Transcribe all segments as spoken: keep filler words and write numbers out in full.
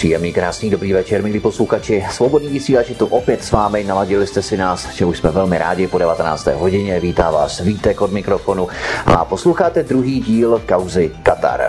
Příjemný, krásný, dobrý večer, milí posluchači. Svobodný vysílač je tu opět s vámi, naladili jste si nás, že už jsme velmi rádi po devatenácté hodině. Vítá vás Vítek od mikrofonu a posloucháte druhý díl kauzy Katar.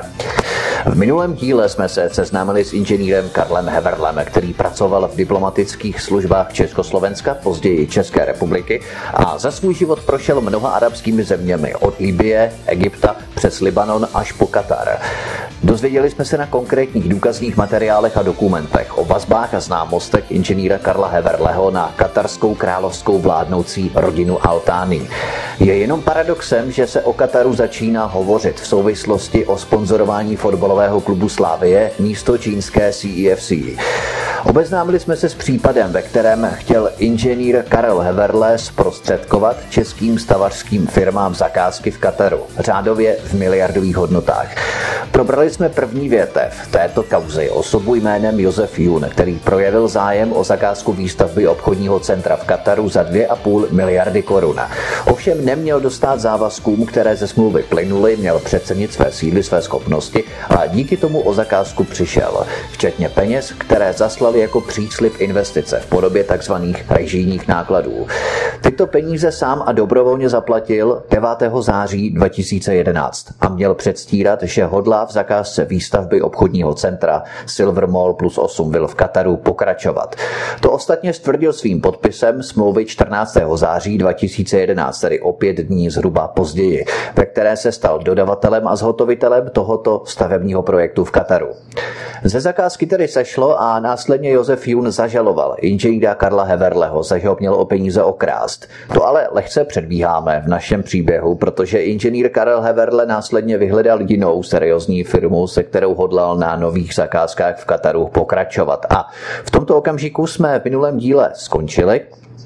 V minulém díle jsme se seznámili s inženýrem Karlem Heverlem, který pracoval v diplomatických službách Československa, později České republiky, a za svůj život prošel mnoha arabskými zeměmi, od Libye, Egypta přes Libanon až po Katar. Dozvěděli jsme se na konkrétních důkazních materiálech a dokumentech o vazbách a známostech inženýra Karla Heverleho na katarskou královskou vládnoucí rodinu Al Thani. Je jenom paradoxem, že se o Kataru začíná hovořit v souvislosti o sponzorování fotbalového klubu Slavie místo čínské C E F C. Obeznámili jsme se s případem, ve kterém chtěl inženýr Karel Heverle zprostředkovat českým stavařským firmám zakázky v Kataru, řádově v miliardových hodnotách. Probrali jsme první větev této kauzy, osobu jménem Josef Jun, který projevil zájem o zakázku výstavby obchodního centra v Kataru za dvě a půl miliardy korun. Ovšem neměl dostát závazkům, které ze smlouvy plynuly, měl přecenit své síly, své schopnosti a díky tomu o zakázku přišel, včetně peněz, které zaslali jako příslib investice v podobě tzv. Režijních nákladů. Tyto peníze sám a dobrovolně zaplatil devátého září dva tisíce jedenáct a měl předstírat, že hodlá v zakázce výstavby obchodního centra Silver Mall plus osm vil v Kataru pokračovat. To ostatně stvrdil svým podpisem smlouvy čtrnáctého září dva tisíce jedenáct, tedy o pět dní zhruba později, ve které se stal dodavatelem a zhotovitelem tohoto stavebního projektu v Kataru. Ze zakázky tedy sešlo a následně Josef Jun zažaloval inženýra Karla Heverleho, za že ho měl o peníze okrást. To ale lehce předbíháme v našem příběhu, protože inženýr Karel Heverle následně vyhledal jinou seriózní firmu, se kterou hodlal na nových zakázkách v Kataru pokračovat. A v tomto okamžiku jsme v minulém díle skončili.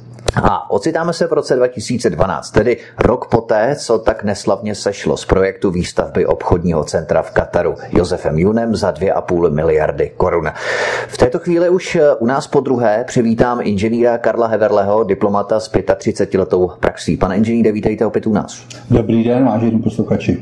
A ocitáme se v roce dva tisíce dvanáct, tedy rok poté, co tak neslavně sešlo z projektu výstavby obchodního centra v Kataru Josefem Junem za dvě a půl miliardy korun. V této chvíli už u nás podruhé přivítám inženýra Karla Heverleho, diplomata s třicetiletou praxí. Pane inženýre, vítejte opět u nás. Dobrý den, vážení posluchači.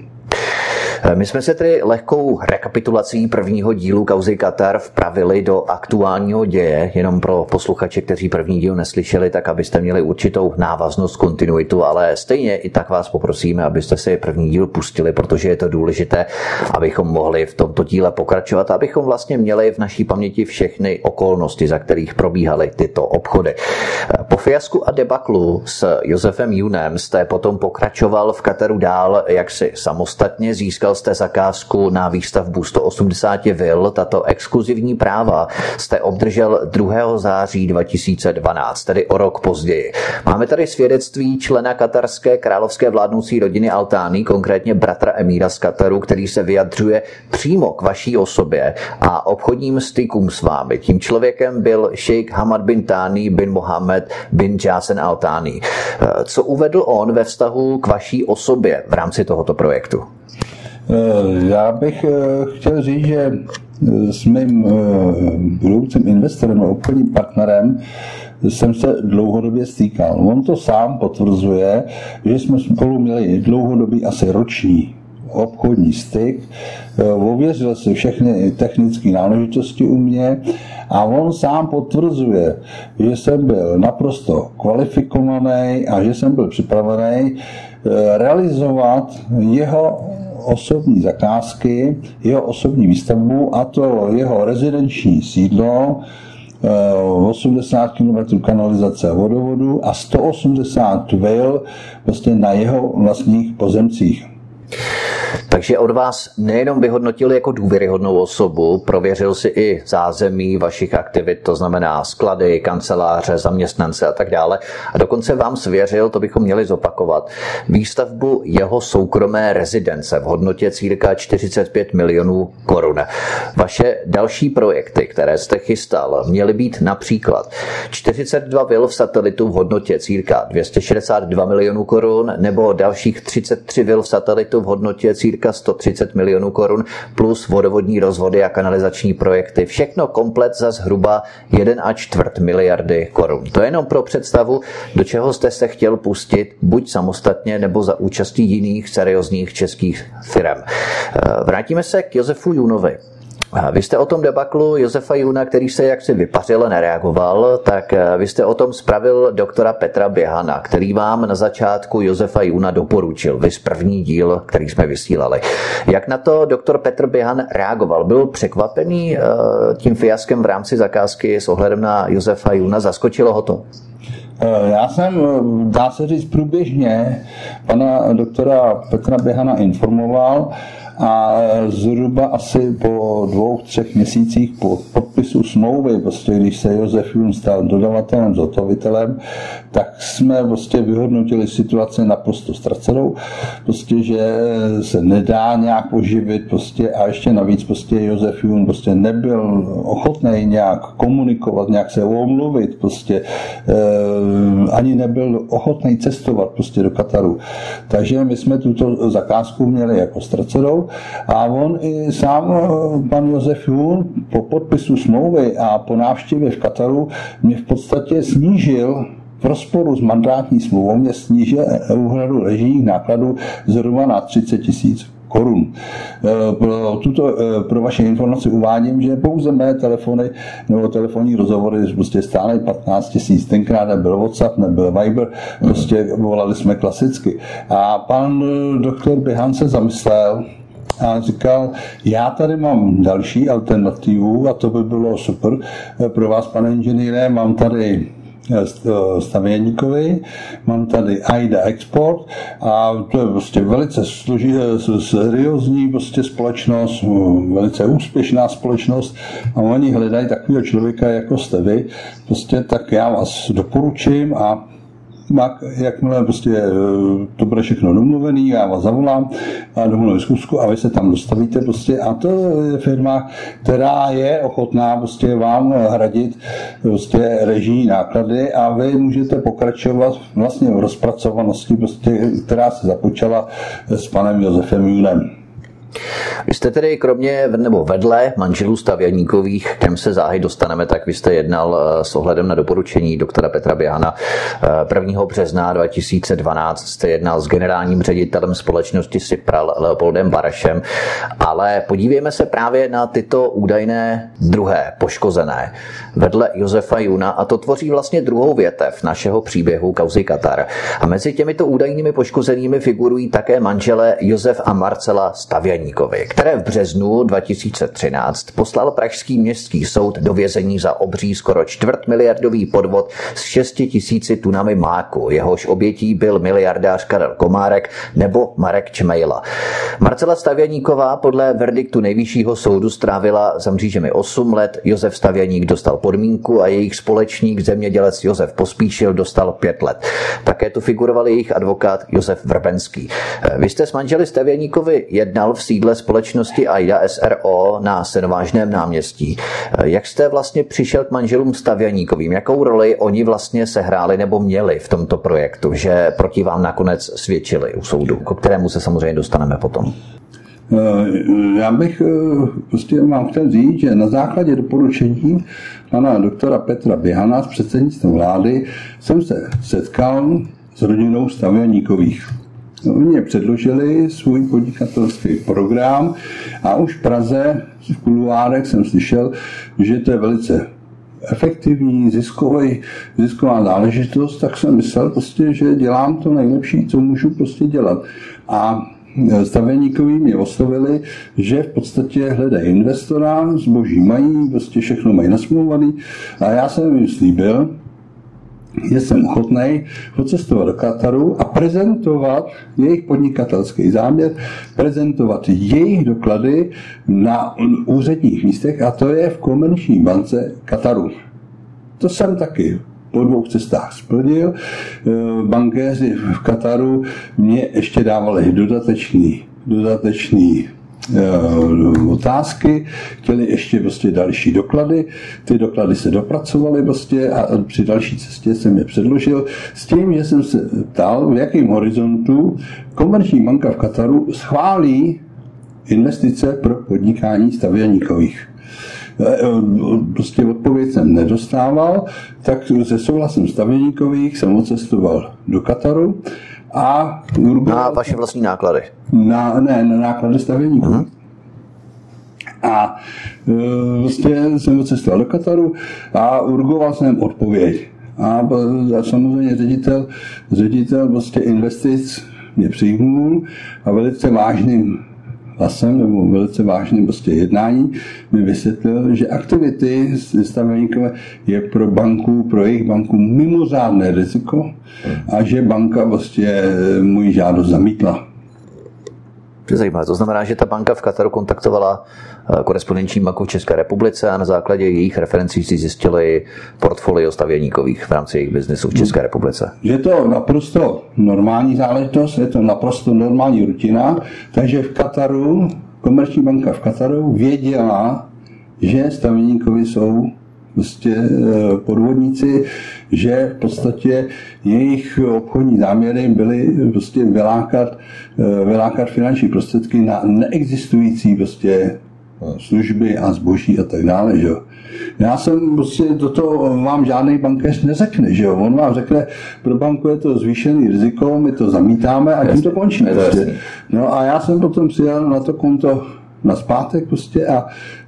My jsme se tedy lehkou rekapitulací prvního dílu kauzy Katar vpravili do aktuálního děje, jenom pro posluchače, kteří první díl neslyšeli, tak abyste měli určitou návaznost, kontinuitu, ale stejně i tak vás poprosíme, abyste si první díl pustili, protože je to důležité, abychom mohli v tomto díle pokračovat, abychom vlastně měli v naší paměti všechny okolnosti, za kterých probíhaly tyto obchody. Po fiasku a debaklu s Josefem Junem jste potom pokračoval v Kataru dál, jak si samostatně získal jste zakázku na výstavbu sto osmdesát vil. Tato exkluzivní práva jste obdržel druhého září dva tisíce dvanáct, tedy o rok později. Máme tady svědectví člena katarské královské vládnoucí rodiny Al Thani, konkrétně bratra emíra z Kataru, který se vyjadřuje přímo k vaší osobě a obchodním stykům s vámi. Tím člověkem byl šejk Hamad bin Thani bin Mohammed bin Jassin Al Thani. Co uvedl on ve vztahu k vaší osobě v rámci tohoto projektu? Já bych chtěl říct, že s mým budoucím investorem a obchodním partnerem jsem se dlouhodobě stýkal. On to sám potvrzuje, že jsme spolu měli dlouhodobý, asi roční obchodní styk, ověřil si všechny technické náležitosti u mě a on sám potvrzuje, že jsem byl naprosto kvalifikovaný a že jsem byl připravený realizovat jeho osobní zakázky, jeho osobní výstavbu, a to jeho rezidenční sídlo, osmdesát kilometrů kanalizace a vodovodu a sto osmdesát vil vlastně na jeho vlastních pozemcích. Takže od vás nejenom vyhodnotil jako důvěryhodnou osobu, prověřil si i zázemí vašich aktivit, to znamená sklady, kanceláře, zaměstnance a tak dále. A dokonce vám svěřil, to bychom měli zopakovat, výstavbu jeho soukromé rezidence v hodnotě cca čtyřicet pět milionů korun. Vaše další projekty, které jste chystal, měly být například čtyřicet dva vil v satelitu v hodnotě cca dvě stě šedesát dva milionů korun nebo dalších třicet tři vil v satelitu v hodnotě cca sto třicet milionů korun plus vodovodní rozvody a kanalizační projekty. Všechno komplet za zhruba jeden a čtvrt miliardy korun. To je jenom pro představu, do čeho jste se chtěl pustit, buď samostatně nebo za účastí jiných seriózních českých firm. Vrátíme se k Josefu Junovi. Vy jste o tom debaklu Josefa Juna, který se jaksi vypařil, nereagoval, tak vy jste o tom spravil doktora Petra Běhana, který vám na začátku Josefa Juna doporučil. Vy z první díl, který jsme vysílali. Jak na to doktor Petr Běhan reagoval? Byl překvapený tím fiaskem v rámci zakázky s ohledem na Josefa Juna? Zaskočilo ho to? Já jsem, dá se říct, průběžně pana doktora Petra Běhana informoval a zhruba asi po dvou, třech měsících po podpisu smlouvy, prostě když se Josef Jun stal dodavatelem, zhotovitelem, tak jsme prostě vyhodnotili situaci naprosto ztracenou, prostě, že se nedá nějak oživit, prostě, a ještě navíc prostě Josef Jun prostě nebyl ochotný nějak komunikovat, nějak se omluvit, prostě eh, ani nebyl ochotný cestovat prostě do Kataru. Takže my jsme tuto zakázku měli jako ztracenou. A on i sám, pan Josef Jun, po podpisu smlouvy a po návštěvě v Kataru mě v podstatě snížil v rozporu s mandátní smlouvou, mě snížil úhradu režijních nákladů zhruba na třicet tisíc korun. Pro, tuto, pro vaše informace uvádím, že pouze mé telefony nebo telefonní rozhovory prostě stály patnáct tisíc. Tenkrát nebyl WhatsApp, nebyl Viber, prostě volali jsme klasicky. A pan doktor Běhan se zamyslel a říkal, já tady mám další alternativu a to by bylo super pro vás, pane inženýre, mám tady Stavěníkovi, mám tady Aida Export a to je prostě velice složitý, seriózní prostě společnost, velice úspěšná společnost a oni hledají takového člověka jako jste vy, prostě tak já vás doporučím a jakmile prostě to bude všechno domluvený, já vás zavolám a domluvím zkusku a vy se tam dostavíte prostě a to je firma, která je ochotná prostě vám hradit prostě režijní náklady a vy můžete pokračovat vlastně v rozpracovanosti, prostě, která se započala s panem Josefem Junem. Vy jste tedy kromě nebo vedle manželů Stavěníkových, kterým se záhy dostaneme, tak vy jste jednal s ohledem na doporučení doktora Petra Běhana. prvního března dva tisíce dvanáct jste jednal s generálním ředitelem společnosti Sipral Leopoldem Barešem, ale podívejme se právě na tyto údajné druhé poškozené vedle Josefa Juna a to tvoří vlastně druhou větev našeho příběhu kauzy Katar. A mezi těmito údajnými poškozenými figurují také manželé Josef a Marcela Stavěníkovi, které v březnu dva tisíce třináct poslal pražský městský soud do vězení za obří skoro čtvrtmiliardový podvod s šesti tisíci tunami máku. Jehož obětí byl miliardář Karel Komárek nebo Marek Čmejla. Marcela Stavěníková podle verdiktu nejvyššího soudu strávila za mřížemi osm let, Josef Stavěník dostal podmínku a jejich společník zemědělec Josef Pospíšil dostal pět let. Také tu figuroval jejich advokát Josef Vrbenský. Vy jste s manželi Stavěníkovi jednal v sídle společnosti Aida S R O na Senovážném náměstí. Jak jste vlastně přišel k manželům Stavěníkovým? Jakou roli oni vlastně sehráli nebo měli v tomto projektu, že proti vám nakonec svědčili u soudu, k kterému se samozřejmě dostaneme potom? Já bych prostě vám chtěl říct, že na základě doporučení pana doktora Petra Běhana z předsednictvem vlády jsem se setkal s rodinou Stavěníkových. Oni předložili svůj podnikatelský program a už v Praze v kuluárech jsem slyšel, že to je velice efektivní, ziskový, zisková záležitost, tak jsem myslel prostě, že dělám to nejlepší, co můžu prostě dělat. A Stavěníkoví mě oslovili, že v podstatě hledají investora, zboží mají, prostě všechno mají nasmluvaný a já jsem jim slíbil, že jsem ochotný odcestovat do Kataru a prezentovat jejich podnikatelský záměr, prezentovat jejich doklady na úředních místech a to je v Komerční bance Kataru. To jsem taky po dvou cestách splnil. Bankéři v Kataru mě ještě dávali dodatečný, dodatečný otázky, chtěli ještě prostě další doklady, ty doklady se dopracovaly prostě a při další cestě jsem je předložil s tím, že jsem se ptal, v jakém horizontu Komerční banka v Kataru schválí investice pro podnikání Stavěníkových. Prostě odpověď jsem nedostával, tak se souhlasem Stavěníkových jsem odcestoval do Kataru a na vaše vlastní náklady? Na, ne, na náklady Stavěníků. Uh-huh. A vlastně jsem cestoval do Kataru a urgoval jsem odpověď. A samozřejmě ředitel, ředitel vlastně investic mě přijmul a velice vážným hlasem nebo velice vážným prostě jednání mi vysvětlil, že aktivity stavebníkové je pro banku, pro jejich banku mimořádné riziko a že banka vlastně můj žádost zamítla. Zajímavé. To znamená, že ta banka v Kataru kontaktovala korespondenční banku v České republice a na základě jejich referencí si zjistili portfolio stavěníkových v rámci jejich biznesu v České republice. Je to naprosto normální záležitost, je to naprosto normální rutina, takže v Kataru, komerční banka v Kataru věděla, že stavěníkovi jsou prostě podvodníci, že v podstatě jejich obchodní záměry byly prostě vylákat, vylákat finanční prostředky na neexistující prostě služby a zboží a tak dále. Že? Já jsem prostě do toho vám žádný bankéř neřekne. Že? On vám řekne, pro banku je to zvýšený riziko, my to zamítáme a tím to končí. Prostě. No a já jsem potom přijel na to konto na zpátek prostě a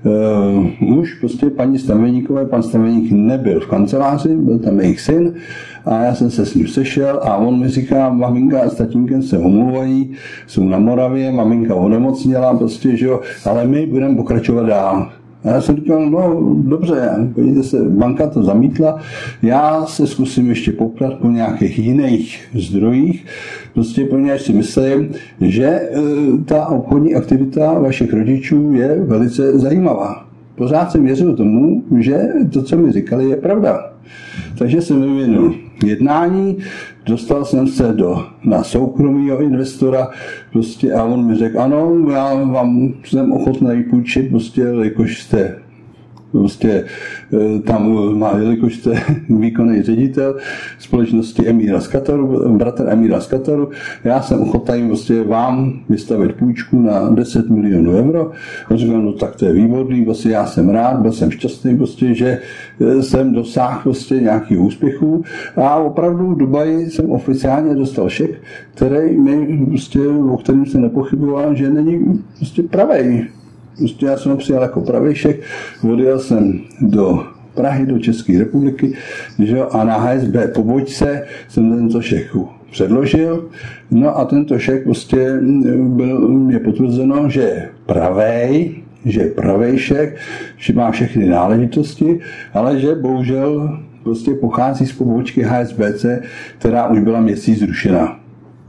uh, už prostě paní Stavěníkové, pan Stavěník nebyl v kanceláři, byl tam jejich syn a já jsem se s ním sešel a on mi říká, maminka a s tatínkem se omluvají, jsou na Moravě, maminka onemocněla prostě, že jo, ale my budeme pokračovat dál. A já jsem říkal, no dobře, podívejte se, banka to zamítla, já se zkusím ještě poprat po nějakých jiných zdrojích, prostě poněvadž si myslím, že e, ta obchodní aktivita vašich rodičů je velice zajímavá. Pořád jsem věřil tomu, že to, co mi říkali, je pravda. Takže jsem vyvinul jednání, dostal jsem se do, na soukromého investora prostě a on mi řekl, ano, já vám jsem ochotný půjčit, prostě, jakož jste prostě tam má, jelikož jste výkonný ředitel společnosti Emíra z Kataru, bratr Emíra z Kataru, já jsem ochotný prostě vám vystavit půjčku na deset milionů euro. On říkal, no tak to je výborný, prostě já jsem rád, byl jsem šťastný, prostě, že jsem dosáhl prostě nějakých úspěchů a opravdu v Dubaji jsem oficiálně dostal šek, který mi prostě, o kterém jsem nepochyboval, že není prostě pravej. Prostě já jsem ho přijal jako pravejšek, odjel jsem do Prahy, do České republiky, že, a na H S B pobočce jsem tento šek předložil. No a tento šek prostě byl, je potvrzeno, že je pravej, že je pravej šek, že má všechny náležitosti, ale že bohužel prostě pochází z pobočky H S B C, která už byla měsíc zrušena.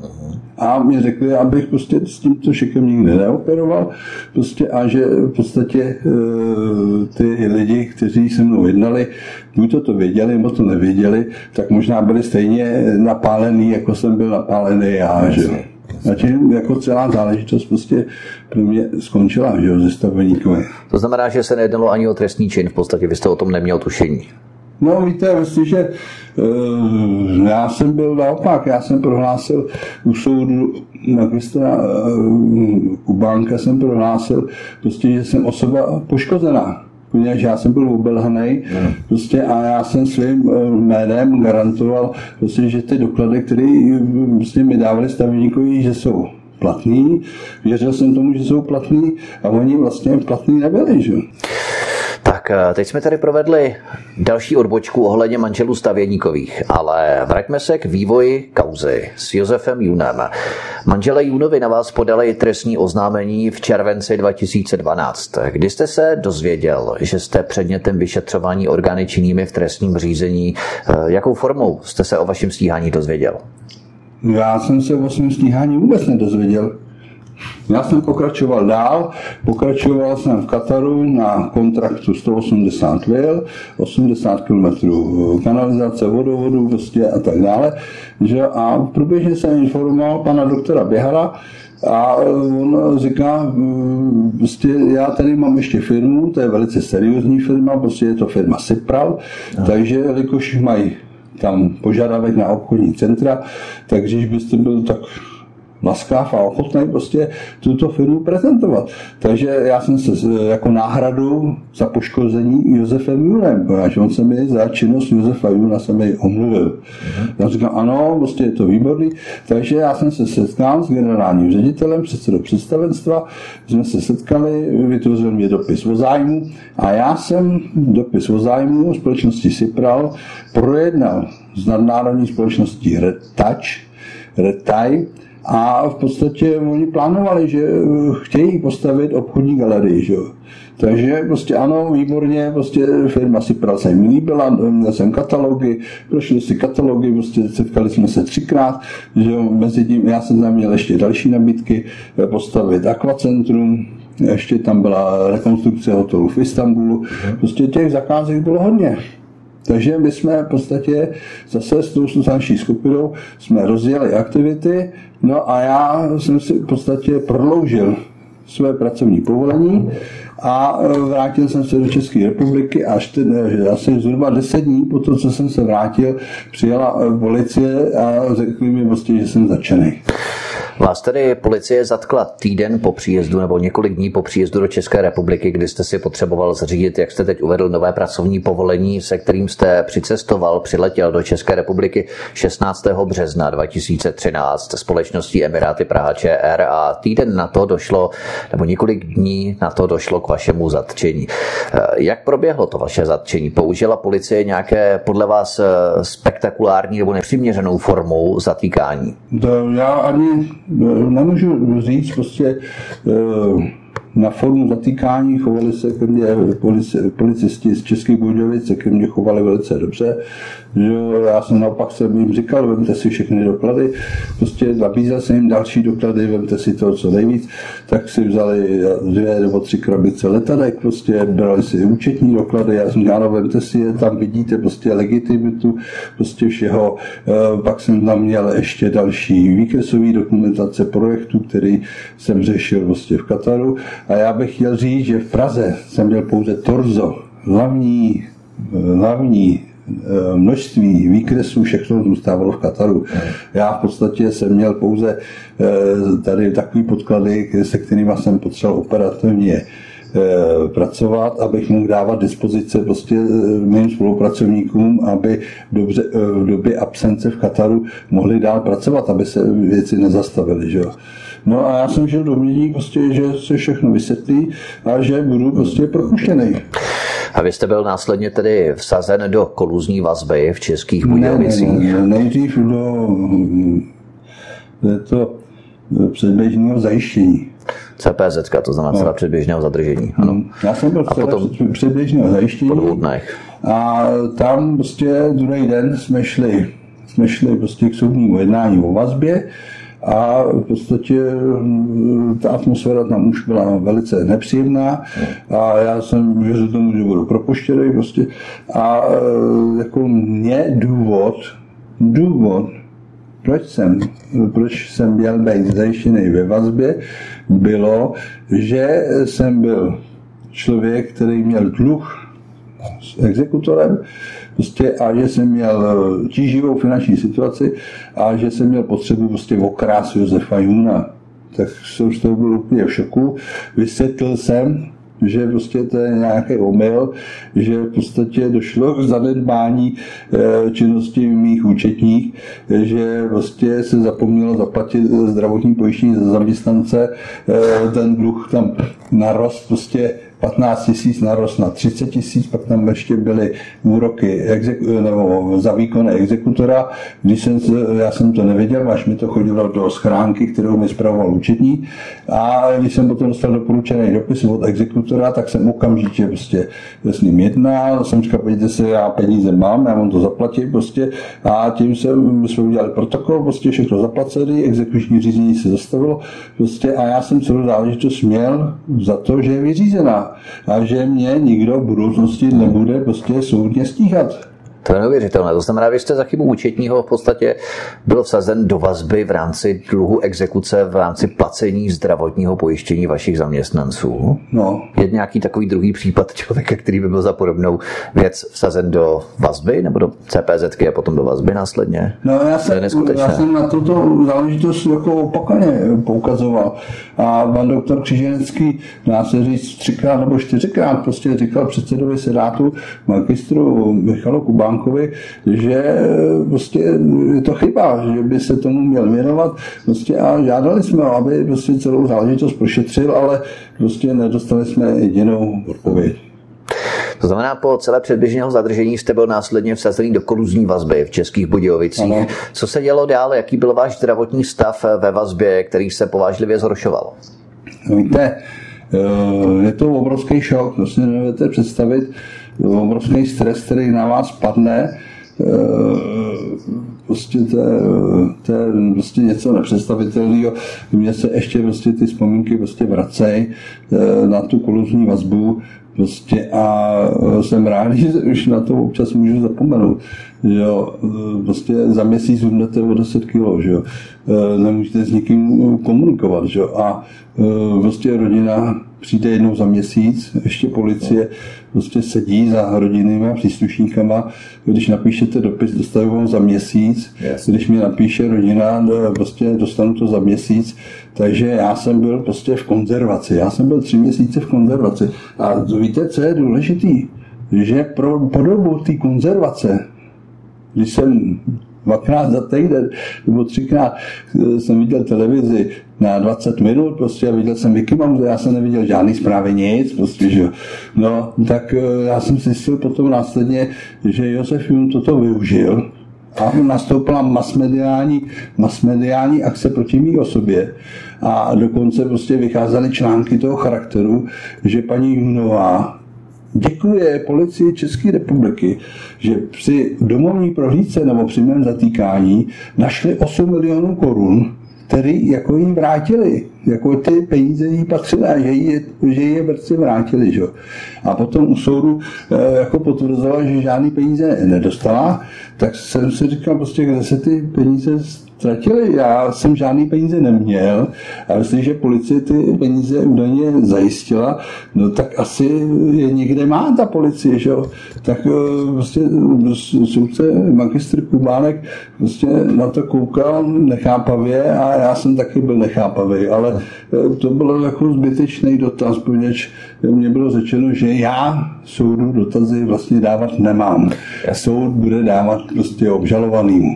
A mě řekli, abych prostě s tímto šekem nikdy neoperoval prostě a že v podstatě e, ty lidi, kteří se mnou jednali, buď to to věděli, nebo to nevěděli, tak možná byli stejně napálený, jako jsem byl napálený já. Že? Takže jako celá záležitost prostě pro mě skončila, že ze Stavěníkové. To znamená, že se nejednalo ani o trestný čin, v podstatě vy jste o tom neměl tušení. No víte, myslím, že uh, já jsem byl naopak, já jsem prohlásil u soudu magistra uh, Kubánka jsem prohlásil, prostě, že jsem osoba poškozená. Protože já jsem byl obelhaný prostě, a já jsem svým uh, jménem garantoval, prostě, že ty doklady, které prostě, mi dávali stavebníkovi, že jsou platný. Věřil jsem tomu, že jsou platný a oni vlastně platný nebyli. Že? Tak teď jsme tady provedli další odbočku ohledně manželů Stavěníkových, ale vraťme se k vývoji kauzy s Josefem Junem. Manželé Junovi na vás podali trestní oznámení v červenci dva tisíce dvanáct. Kdy jste se dozvěděl, že jste předmětem vyšetřování orgány činnými v trestním řízení? Jakou formou jste se o vašem stíhání dozvěděl? Já jsem se o svém stíhání vůbec nedozvěděl. Já jsem pokračoval dál, pokračoval jsem v Kataru na kontraktu sto osmdesát vil, osmdesát kilometrů kanalizace, vodovodu prostě a tak dále. Že? A průběžně jsem informoval pana doktora Běhala a on říká, prostě já tady mám ještě firmu, to je velice seriózní firma, prostě je to firma Sipral, no. Takže jelikož mají tam požadavek na obchodní centra, takže když byste byl tak laskav a ochotný prostě tuto firmu prezentovat. Takže já jsem se jako náhradu za poškození Josefem Junem, protože on se mi za činnost Josefa Juna se mi omluvil. Mm-hmm. Já říkám, ano, prostě je to výborný. Takže já jsem se setkal s generálním ředitelem, předsedou představenstva, jsme se setkali, vytvořil mě dopis o zájmu a já jsem dopis o zájmu společnosti Sipral projednal s nadnárodní společností Retouch, Retaj, a v podstatě oni plánovali, že chtějí postavit obchodní galerii, že jo. Takže prostě ano, výborně, prostě firma Sipral se mi líbila, měl jsem katalogy, prošli si katalogy, prostě setkali jsme se třikrát, že jo, mezi tím já jsem tam měl ještě další nabídky, postavit akvacentrum, ještě tam byla rekonstrukce hotelu v Istanbulu, prostě těch zakázek bylo hodně. Takže my jsme v podstatě zase s tou naší skupinou jsme rozjeli aktivity, no a já jsem si v podstatě prodloužil své pracovní povolení a vrátil jsem se do České republiky až ten, asi zhruba deset dní po tom, co jsem se vrátil, přijela policie a řekli mi prostě, že jsem zatčený. Vás tedy policie zatkla týden po příjezdu nebo několik dní po příjezdu do České republiky, kdy jste si potřeboval zřídit, jak jste teď uvedl, nové pracovní povolení, se kterým jste přicestoval, přiletěl do České republiky šestnáctého března dva tisíce třináct společností Emiráty Praha Č R a týden na to došlo, nebo několik dní na to došlo k vašemu zatčení. Jak proběhlo to vaše zatčení? Použila policie nějaké podle vás spektakulární nebo nepřiměřenou formou zatýkání? To já ani nemůžu říct, prostě na formu zatýkání chovali se ke mně policisti z Českých Budějovic, se ke mně chovali velice dobře. Že já jsem naopak jsem jim říkal, vemte si všechny doklady, prostě nabízel jsem jim další doklady, vemte si to co nejvíc, tak si vzali dvě nebo tři krabice letadek, prostě brali si účetní doklady, já jsem říkal, vemte si je, tam vidíte prostě legitimitu, prostě všeho. Pak jsem tam měl ještě další výkresový dokumentace projektu, který jsem řešil prostě v Kataru. A já bych chtěl říct, že v Praze jsem měl pouze torzo, hlavní, hlavní množství výkresů, všechno zůstávalo v Kataru. Já v podstatě jsem měl pouze tady takový podklady, se kterými jsem potřeboval operativně pracovat, abych mohl dávat dispozice prostě mým spolupracovníkům, aby dobře, v době absence v Kataru mohli dál pracovat, aby se věci nezastavily. Že? No a já jsem žil domnění, prostě, že se všechno vysvětlí a že budu prostě propuštěný. A vy jste byl následně tedy vsazen do koluzní vazby v Českých Budějovicích? Ne, ne, ne, nejdřív do, do to předběžného zajištění. C P Z, to znamená no. předběžného zadržení. Ano. Já jsem byl v předběžného zajištění a tam prostě druhý den jsme šli, jsme šli prostě k soudnímu jednání o vazbě a v podstatě ta atmosféra tam už byla velice nepříjemná a já jsem věřil tomu, že budu propuštěný prostě a jako mě důvod, důvod, proč jsem, proč jsem měl být zajištěný ve vazbě, bylo, že jsem byl člověk, který měl dluh s exekutorem, prostě, a že jsem měl tíživou finanční situaci a že jsem měl potřebu prostě okrást Josefa Juna. Tak jsem z toho byl úplně v šoku. Vysvětlil jsem, že prostě to je nějaký omyl, že v podstatě došlo k zanedbání činnosti mých účetních, že prostě se zapomnělo zaplatit zdravotní pojištění za zaměstnance, ten dluh tam narost prostě patnáct tisíc narost na třicet tisíc, pak tam ještě byly úroky exeku, nebo za výkony exekutora. Když jsem, já jsem to nevěděl, až mi to chodilo do schránky, kterou mi spravoval účetní. A když jsem potom dostal doporučený dopis od exekutora, tak jsem okamžitě prostě s ním jednal. Jsem říkal, pojďte se, já peníze mám, já mám to zaplatit prostě. A tím jsem, jsme udělali protokol, prostě všechno zaplacený, exekuční řízení se zastavilo prostě, a já jsem celou záležitost měl za to, že je vyřízená a že mě nikdo v budoucnosti nebude prostě soudně stíhat. To je neuvěřitelné. To znamená, vy jste za chybu účetního v podstatě byl vsazen do vazby v rámci dluhu exekuce, v rámci placení zdravotního pojištění vašich zaměstnanců. No. Je nějaký takový druhý případ člověka, který by byl za podobnou věc vsazen do vazby nebo do C P Z ky a potom do vazby následně? No, já jsem, já jsem na tuto záležitost jako opakovaně poukazoval. A pan doktor Křiženecký, dá se říct, třikrát nebo čtyřikrát prostě říkal předsedovi Senátu, magistru Michalu Kubánkovi, že prostě je to chyba, že by se tomu měl věnovat. Prostě a žádali jsme, aby prostě celou záležitost prošetřil, ale prostě nedostali jsme jedinou odpověď. To znamená, po celé předběžného zadržení jste byl následně vsazený do koluzní vazby v Českých Budějovicích. Ano. Co se dělo dál? Jaký byl váš zdravotní stav ve vazbě, který se povážlivě zhoršoval? Víte, je to obrovský šok, to si nemůžete představit, obrovský stres, který na vás padne, prostě to, to je prostě něco nepředstavitelného. Mně se ještě prostě ty vzpomínky prostě vracejí na tu koluzní vazbu. Prostě a jsem rád, že už na to občas můžu zapomenout. Jo, prostě za měsíc zhubnete o deset kilo, že jo. Nemůžete s nikým komunikovat, že jo. A prostě rodina přijde jednou za měsíc, ještě policie prostě sedí za rodinnými příslušníkama. Když napíšete dopis, dostanu vám za měsíc. Yes. Když mi napíše rodina, prostě dostanu to za měsíc. Takže já jsem byl prostě v konzervaci. Já jsem byl tři měsíce v konzervaci. A víte, co je důležitý? Že pro podobu té konzervace, když jsem dvakrát za týden nebo třikrát jsem viděl televizi na dvacet minut prostě a viděl jsem Mickey Mouse, já jsem neviděl žádný zprávy, nic, prostě, že no, tak já jsem si zjistil potom následně, že Josef Jun toto využil a nastoupila masmediální, masmediální akce proti mý osobě a dokonce prostě vycházely články toho charakteru, že paní Junová děkuje policii České republiky, že při domovní prohlídce nebo při mém zatýkání našli osm milionů korun, které jako jim vrátili, jako ty peníze jí patřily a že je, že je prostě vrátili. Že? A potom u soudu e, jako potvrzovala, že žádný peníze nedostala, tak jsem si říkal prostě, kde se ty peníze ztratily. Já jsem žádný peníze neměl a jestliže policie ty peníze údajně zajistila, no tak asi je někde má ta policie, že? Tak prostě soudce magistr Kubánek prostě na to koukal nechápavě a já jsem taky byl nechápavý, ale to bylo jako zbytečný dotaz, protože mně bylo řečeno, že já soudu dotazy vlastně dávat nemám. Soud bude dávat prostě obžalovanýmu.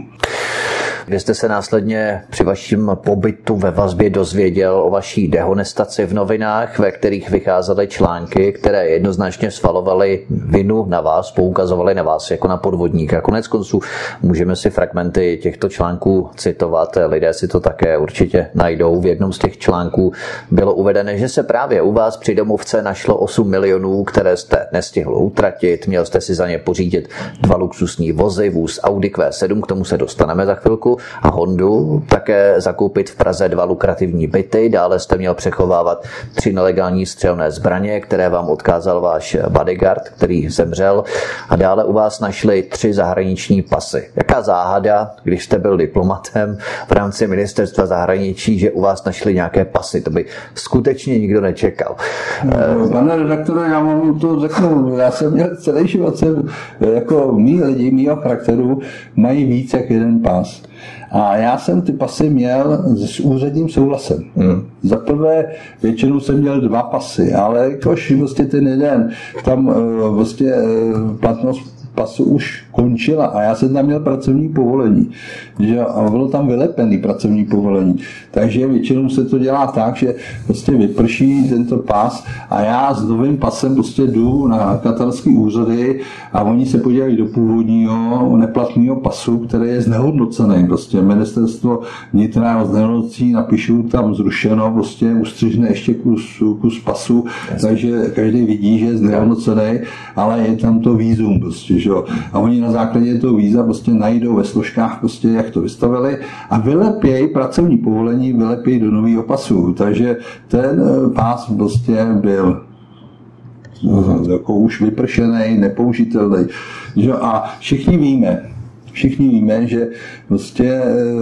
Vy jste se následně při vašem pobytu ve vazbě dozvěděl o vaší dehonestaci v novinách, ve kterých vycházely články, které jednoznačně svalovaly vinu na vás, poukazovaly na vás jako na podvodníka. Konec konců můžeme si fragmenty těchto článků citovat, lidé si to také určitě najdou. V jednom z těch článků bylo uvedené, že se právě u vás při domovce našlo osm milionů, které jste nestihl utratit, měl jste si za ně pořídit dva luxusní vozy, vůz Audi Q sedm, k tomu se dostaneme za chvilku, a Hondu, také zakoupit v Praze dva lukrativní byty, dále jste měl přechovávat tři nelegální střelné zbraně, které vám odkázal váš bodyguard, který zemřel, a dále u vás našli tři zahraniční pasy. Jaká záhada, když jste byl diplomatem v rámci ministerstva zahraničí, že u vás našli nějaké pasy, to by skutečně nikdo nečekal. No, pane redaktore, já vám to řeknu, já jsem měl celý život, jsem, jako mý lidi, mýho charakteru, mají víc jak jeden pas. A já jsem ty pasy měl s úředním souhlasem. Hmm. Za prvé, většinou jsem měl dva pasy, ale jakož vlastně ten jeden, tam vlastně platnost pasu už končila a já jsem tam měl pracovní povolení. Že, a bylo tam vylepený pracovní povolení. Takže většinou se to dělá tak, že prostě vyprší tento pas a já s novým pasem prostě jdu na katalské úřady a oni se podívají do původního neplatného pasu, který je znehodnocený. Prostě ministerstvo vnitra ho znehodnocí, napíšou tam zrušeno, prostě ustřižne ještě kus, kus pasu, Jasně. takže každý vidí, že je znehodnocený, ale je tam to vízum prostě, že jo. A oni na základě toho víza prostě najdou ve složkách prostě, jak to vystavili a vylepějí pracovní povolení, vylepějí do nového pasu. Takže ten pás prostě byl uh-huh. jako už vypršený, nepoužitelný. Že? A všichni víme, všichni víme, že prostě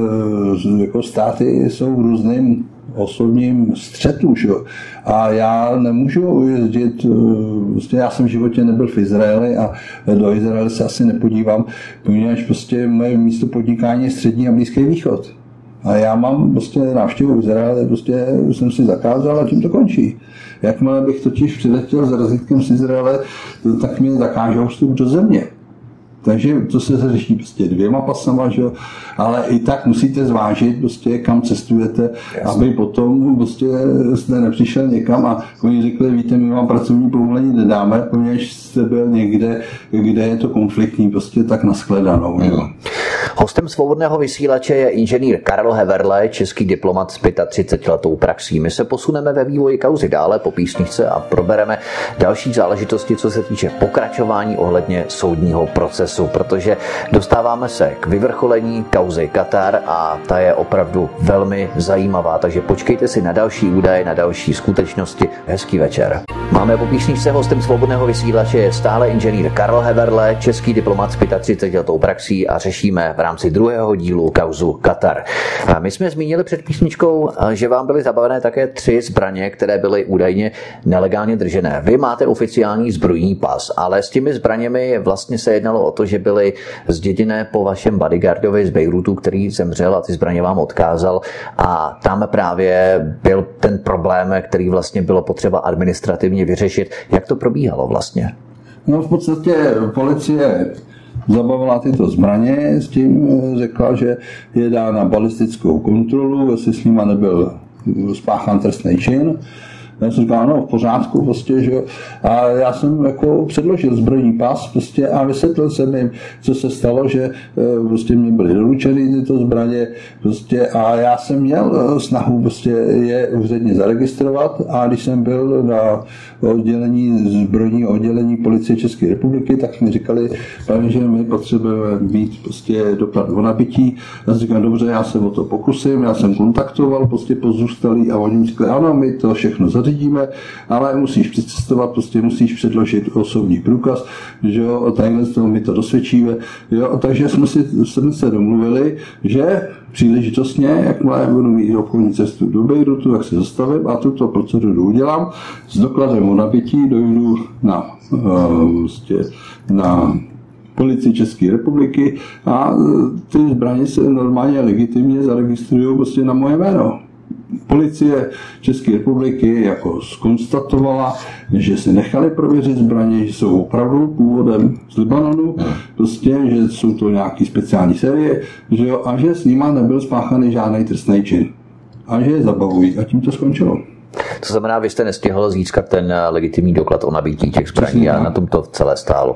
jako státy jsou v různým osobním střetu. Že? A já nemůžu jezdit, prostě já jsem v životě nebyl v Izraeli a do Izraele se asi nepodívám, protože prostě moje místo podnikání je Střední a Blízký východ. A já mám prostě návštěvu Izraele, prostě jsem si zakázal a tím to končí. Jakmile bych totiž přiletěl s razítkem z Izraele, tak mi zakážou vstup do země. Takže to se řeší prostě dvěma pasama, že? Ale i tak musíte zvážit, prostě, kam cestujete, Jasně. aby potom prostě jste nepřišel někam a oni řekli, víte, my vám pracovní povolení nedáme, protože jste byl někde, kde je to konfliktní, prostě tak nashledanou. Hmm. Hostem Svobodného vysílače je inženýr Karel Heverle, český diplomat s třicetiletou praxí. My se posuneme ve vývoji kauzy dále po písničce a probereme další záležitosti, co se týče pokračování ohledně soudního procesu, protože dostáváme se k vyvrcholení kauzy Katar a ta je opravdu velmi zajímavá, takže počkejte si na další údaje, na další skutečnosti. Hezký večer. Máme po písničce hostem Svobodného vysílače je stále inženýr Karel Heverle, český diplomat s třicetiletou praxí a řešíme v rámci druhého dílu kauzu Katar. A my jsme zmínili před písničkou, že vám byly zabavené také tři zbraně, které byly údajně nelegálně držené. Vy máte oficiální zbrojní pas, ale s těmi zbraněmi vlastně se jednalo o to, že byly zděděné po vašem bodyguardovi z Bejrutu, který zemřel a ty zbraně vám odkázal a tam právě byl ten problém, který vlastně bylo potřeba administrativně vyřešit. Jak to probíhalo vlastně? No v podstatě policie zabavila tyto zbraně, s tím řekla, že je dá na balistickou kontrolu, jestli s nima nebyl spáchán trestný čin. Já jsem říkal, no v pořádku, prostě, že a já jsem jako předložil zbrojní pas prostě a vysvětlil jsem jim, co se stalo, že prostě mě byly doručeny tyto zbraně prostě a já jsem měl snahu prostě je úředně zaregistrovat a když jsem byl na oddělení, zbrojní oddělení Policie České republiky, tak mi říkali, že my potřebujeme mít prostě doklad o nabití. Já jsem říkal, dobře, já se o to pokusím, já jsem kontaktoval prostě pozůstalý a oni mi říkali, ano, my to všechno zařídíme, ale musíš přicestovat, prostě musíš předložit osobní průkaz, že jo, takhle z toho my to dosvědčíme, jo, takže jsme si jsme se domluvili, že příležitostně, jakmile budu mít obchodní cestu do Bejrutu, tak se zastavím a tuto proceduru udělám. S dokladem o nabití dojdu na, vlastně, na Policii České republiky a ty zbraně se normálně legitimně zaregistrují prostě na moje jméno. Policie České republiky jako zkonstatovala, že si nechali prověřit zbraně, že jsou opravdu původem z Libanonu, prostě, že jsou to nějaký speciální série, že jo, a že s nima nebyl spáchaný žádný trestný čin. A že je zabavují. A tím to skončilo. To znamená, vy jste nestihl získat ten legitimní doklad o nabití těch zbraní a na tom to celé stálo.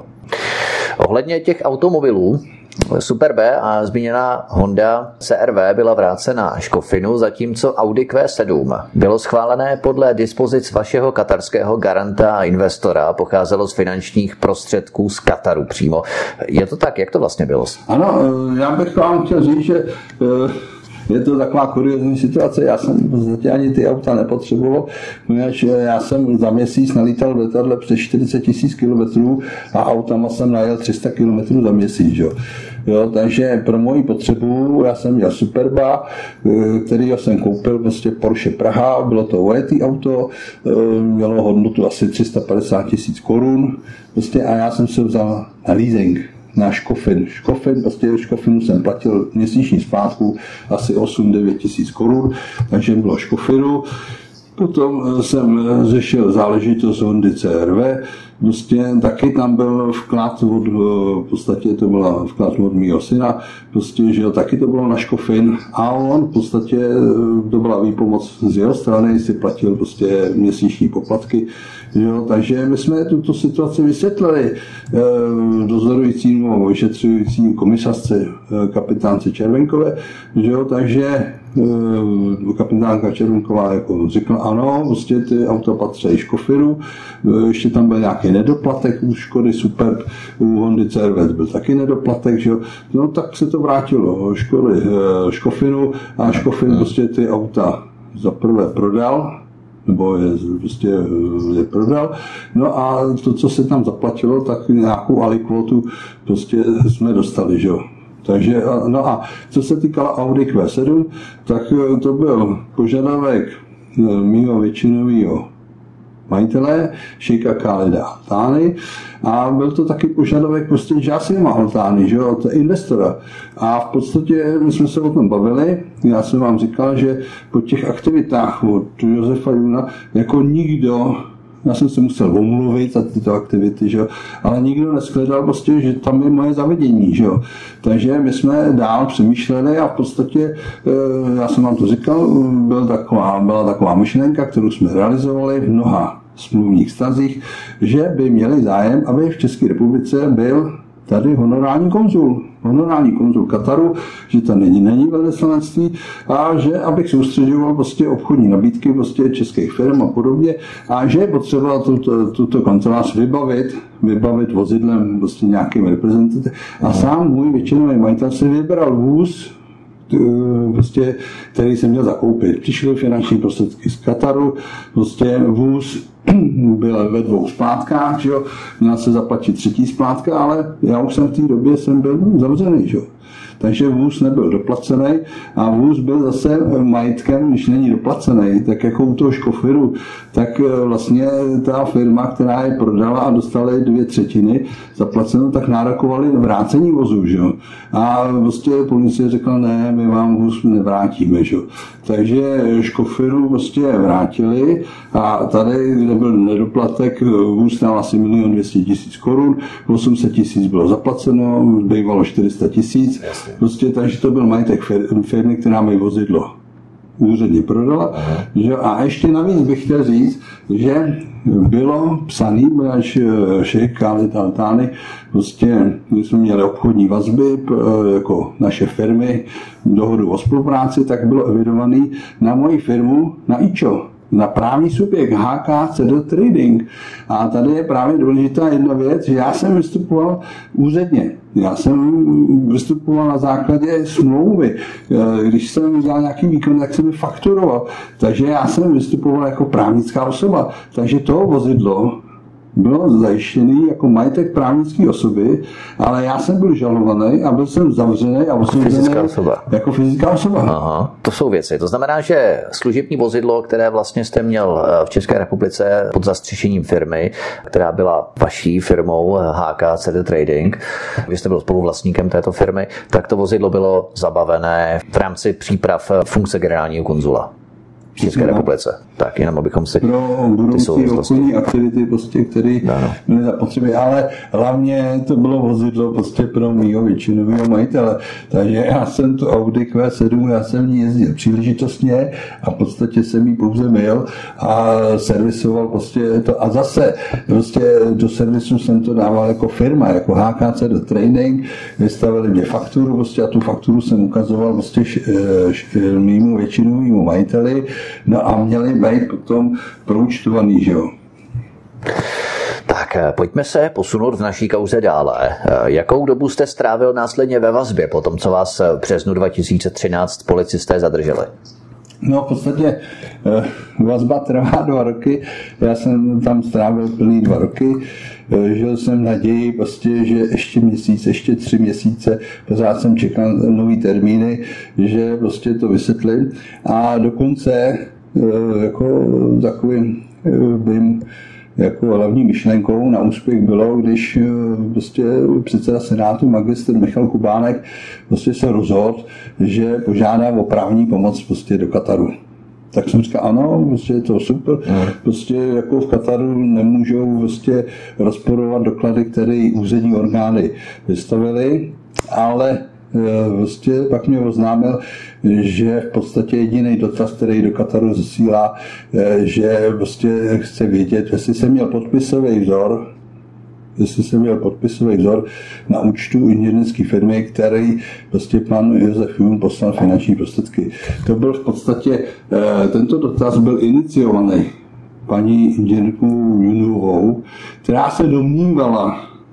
Ohledně těch automobilů, Super B a zmíněná Honda C R V byla vrácena Škofinu, zatímco Audi Q sedm bylo schválené podle dispozic vašeho katarského garanta a investora, pocházelo z finančních prostředků z Kataru přímo. Je to tak? Jak to vlastně bylo? Ano, já bych vám chtěl říct, že je to taková kuriozní situace, já jsem v podstatě ani ty auta nepotřeboval, protože já jsem za měsíc nalítal v letadle přes čtyřicet tisíc kilometrů a autama jsem najel tři sta kilometrů za měsíc. Jo. Jo, takže pro moji potřebu já jsem měl Superba, který jsem koupil vlastně Porsche Praha, bylo to ojetý auto, mělo hodnotu asi tři sta padesát tisíc korun prostě, a já jsem se vzal na leasing. Na Škofin. Škofin, prostě Škofinu jsem platil měsíční splátku asi osm devět tisíc korun, takže bylo Škofinu. Potom jsem řešil záležitost Hondy C R V, prostě taky tam byl vklad od, v podstatě to byla vklad od mýho syna, prostě, že jo, taky to bylo na Škofin a on v podstatě, to byla výpomoc z jeho strany, si platil prostě měsíční poplatky, že jo, takže my jsme tuto situaci vysvětlili dozorujícímu vyšetřujícímu komisařce kapitánce Červenkové, že jo, takže kapitánka Červenková jako řekla, ano, prostě ty auta patří Škofinu, ještě tam byl nějaký nedoplatek u Škody Superb, u Hondy C R V byl taky nedoplatek, že jo, no tak se to vrátilo Škody, Škofinu a Škofin prostě ty auta za prvé prodal, nebo je, prostě je prodal. No a to, co se tam zaplatilo, tak nějakou alikvotu prostě jsme dostali, že jo. Takže, no a co se týkalo Audi Q sedm, tak to byl požadavek mýho většinového majitele, šejka Khalida Al-Thani, a byl to taky požadavek prostě Jasima Al-Thani, že jo, od investora. A v podstatě my jsme se o tom bavili, já jsem vám říkal, že po těch aktivitách od Josefa Juna jako nikdo, já jsem se musel omluvit za tyto aktivity, že jo, ale nikdo neskledal prostě, že tam je moje zavedení, že jo. Takže my jsme dál přemýšleli a v podstatě, já jsem vám to říkal, byl taková, byla taková myšlenka, kterou jsme realizovali v mnoha smluvních vztazích, že by měli zájem, aby v České republice byl tady honorální konzul, honorální konzul Kataru, že to není, není velvyslanectví a že abych soustředoval prostě obchodní nabídky prostě českých firm a podobně a že je potřeba tuto, tuto kancelář vybavit, vybavit vozidlem prostě nějakým reprezentantem a sám můj většinový majitel si vybral vůz, prostě, který jsem měl zakoupit. Přišly finanční prostředky z Kataru, prostě vůz byl ve dvou splátkách, že jo, měl se zaplatit třetí splátka, ale já už jsem v té době jsem byl zavřený, že jo. Takže vůz nebyl doplacený a vůz byl zase majetkem, když není doplacený, tak jako u toho Škofiru, tak vlastně ta firma, která je prodala a dostala dvě třetiny zaplacenou, tak nárokovali vrácení vozu, že jo. A vlastně policie řekla, ne, my vám vůz nevrátíme, že jo. Takže Škofiru prostě vrátili a tady, kde byl nedoplatek, vůz stál asi milion dvě stě tisíc korun, osm set tisíc bylo zaplaceno, bývalo čtyři sta tisíc. Prostě, takže to byl majetek firmy, která mi vozidlo úředně prodala. Že, a ještě navíc bych chtěl říct, že bylo psaný, až šejk Khalid Al-Thani, prostě my jsme měli obchodní vazby, jako naše firmy, dohodu o spolupráci, tak bylo evidovaný na moji firmu, na IČO, na právní subjekt H K C D Trading. A tady je právě důležitá jedna věc, že já jsem vystupoval úředně. Já jsem vystupoval na základě smlouvy. Když jsem dělal nějaký výkon, tak jsem mi fakturoval. Takže já jsem vystupoval jako právnická osoba. Takže to vozidlo bylo zajištěný jako majetek právnické osoby, ale já jsem byl žalovaný a byl jsem zavřený a osvobozený jako fyzická osoba. Aha, to jsou věci. To znamená, že služební vozidlo, které vlastně jste měl v České republice pod zastřešením firmy, která byla vaší firmou H K C D Trading, vy jste byl spoluvlastníkem této firmy, tak to vozidlo bylo zabavené v rámci příprav funkce generálního konzula v České republice. Tak jenom abychom si pro budoucí obchodní aktivity, prostě, které byly zapotřebí, ale hlavně to bylo vozidlo prostě pro mýho většinového majitele. Takže já jsem to Audi Q sedm, já jsem v ní jezdil příležitostně a v podstatě jsem jí pouze myl a servisoval prostě to. A zase prostě do servisu jsem to dával jako firma, jako H K C D Trading, vystavili mě fakturu prostě a tu fakturu jsem ukazoval prostě mýmu většinovému majiteli. No a měli být potom proúčtovaný, že jo. Tak pojďme se posunout v naší kauze dále. Jakou dobu jste strávil následně ve vazbě po tom, co vás v březnu dva tisíce třináct policisté zadrželi? No v podstatě vazba trvá dva roky, já jsem tam strávil plný dva roky, žil jsem naději, prostě, že ještě měsíc, ještě tři měsíce, pořád jsem čekal nový termíny, že prostě to vysvětlím a dokonce jako takovým bym jako hlavní myšlenkou na úspěch bylo, když prostě předseda Senátu magistr Michal Kubánek prostě se rozhodl, že požádá o právní pomoc prostě do Kataru. Tak jsem říkal, ano, prostě je to super, prostě jako v Kataru nemůžou prostě rozporovat doklady, které úřední orgány vystavily, ale vlastně pak mě oznámil, že v podstatě jediný dotaz, který do Kataru zasílá, že vlastně chce vědět, jestli jsem měl podpisový vzor, jestli jsem měl podpisový vzor na účtu inženýrské firmy, který prostě pan Josef Jun poslal finanční prostředky. To byl v podstatě, tento dotaz byl iniciovaný paní inženýrkou Junovou, která se domnívala,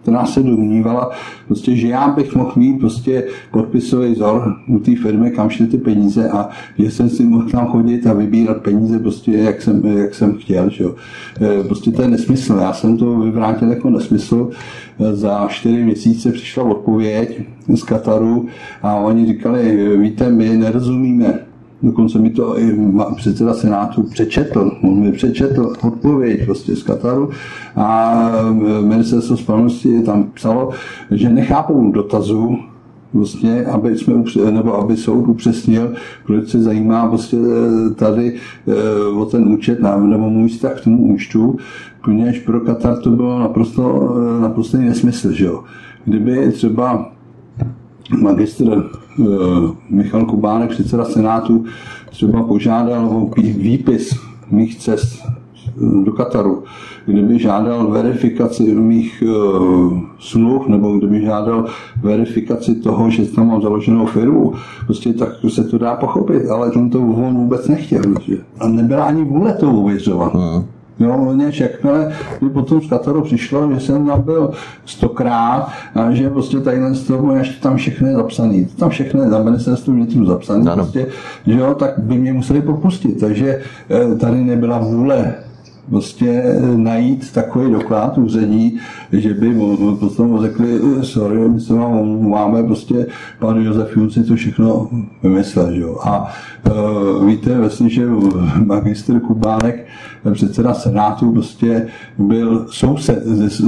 která se domnívala, prostě, že já bych mohl mít prostě podpisový vzor u té firmy, kam šly ty peníze a že jsem si mohl tam chodit a vybírat peníze, prostě, jak, jsem, jak jsem chtěl. Že? Prostě to je nesmysl. Já jsem to vyvrátil jako nesmysl. Za čtyři měsíce přišla odpověď z Kataru a oni říkali, víte, my nerozumíme. Dokonce mi to i předseda Senátu přečetl. On mi přečetl odpověď prostě z Kataru a ministerstvo spravedlnosti tam psalo, že nechápou dotazu, vlastně, aby, jsme, nebo aby soud upřesnil, proč se zajímá prostě tady o ten účet nebo můj vztah k tomu účtu, poněž pro Katar to bylo naprosto, naprosto nesmysl. Že jo? Kdyby třeba magistr Michal Kubánek, předseda Senátu, třeba požádal o výpis mých cest do Kataru, kdyby žádal verifikaci mých uh, smluv, nebo kdyby žádal verifikaci toho, že tam mám založenou firmu, prostě tak se to dá pochopit, ale on to on vůbec nechtěl. A nebyla ani vůle to uvěřovat. Hmm. Jo, jakmile by potom z Kataru přišlo, že jsem tam byl stokrát a že prostě tadyhle z toho ještě tam všechno je zapsané. Tam všechno je za ministerstvu vnitru zapsané, prostě, že jo, tak by mě museli popustit. Takže tady nebyla vůle prostě najít takový doklad úřední, že by potom řekli, sorry, my se vám máme, prostě pan Josef Jun si to všechno vymyslel. Že? A uh, víte, vlastně, že magistr Kubánek, předseda Senátu, prostě byl soused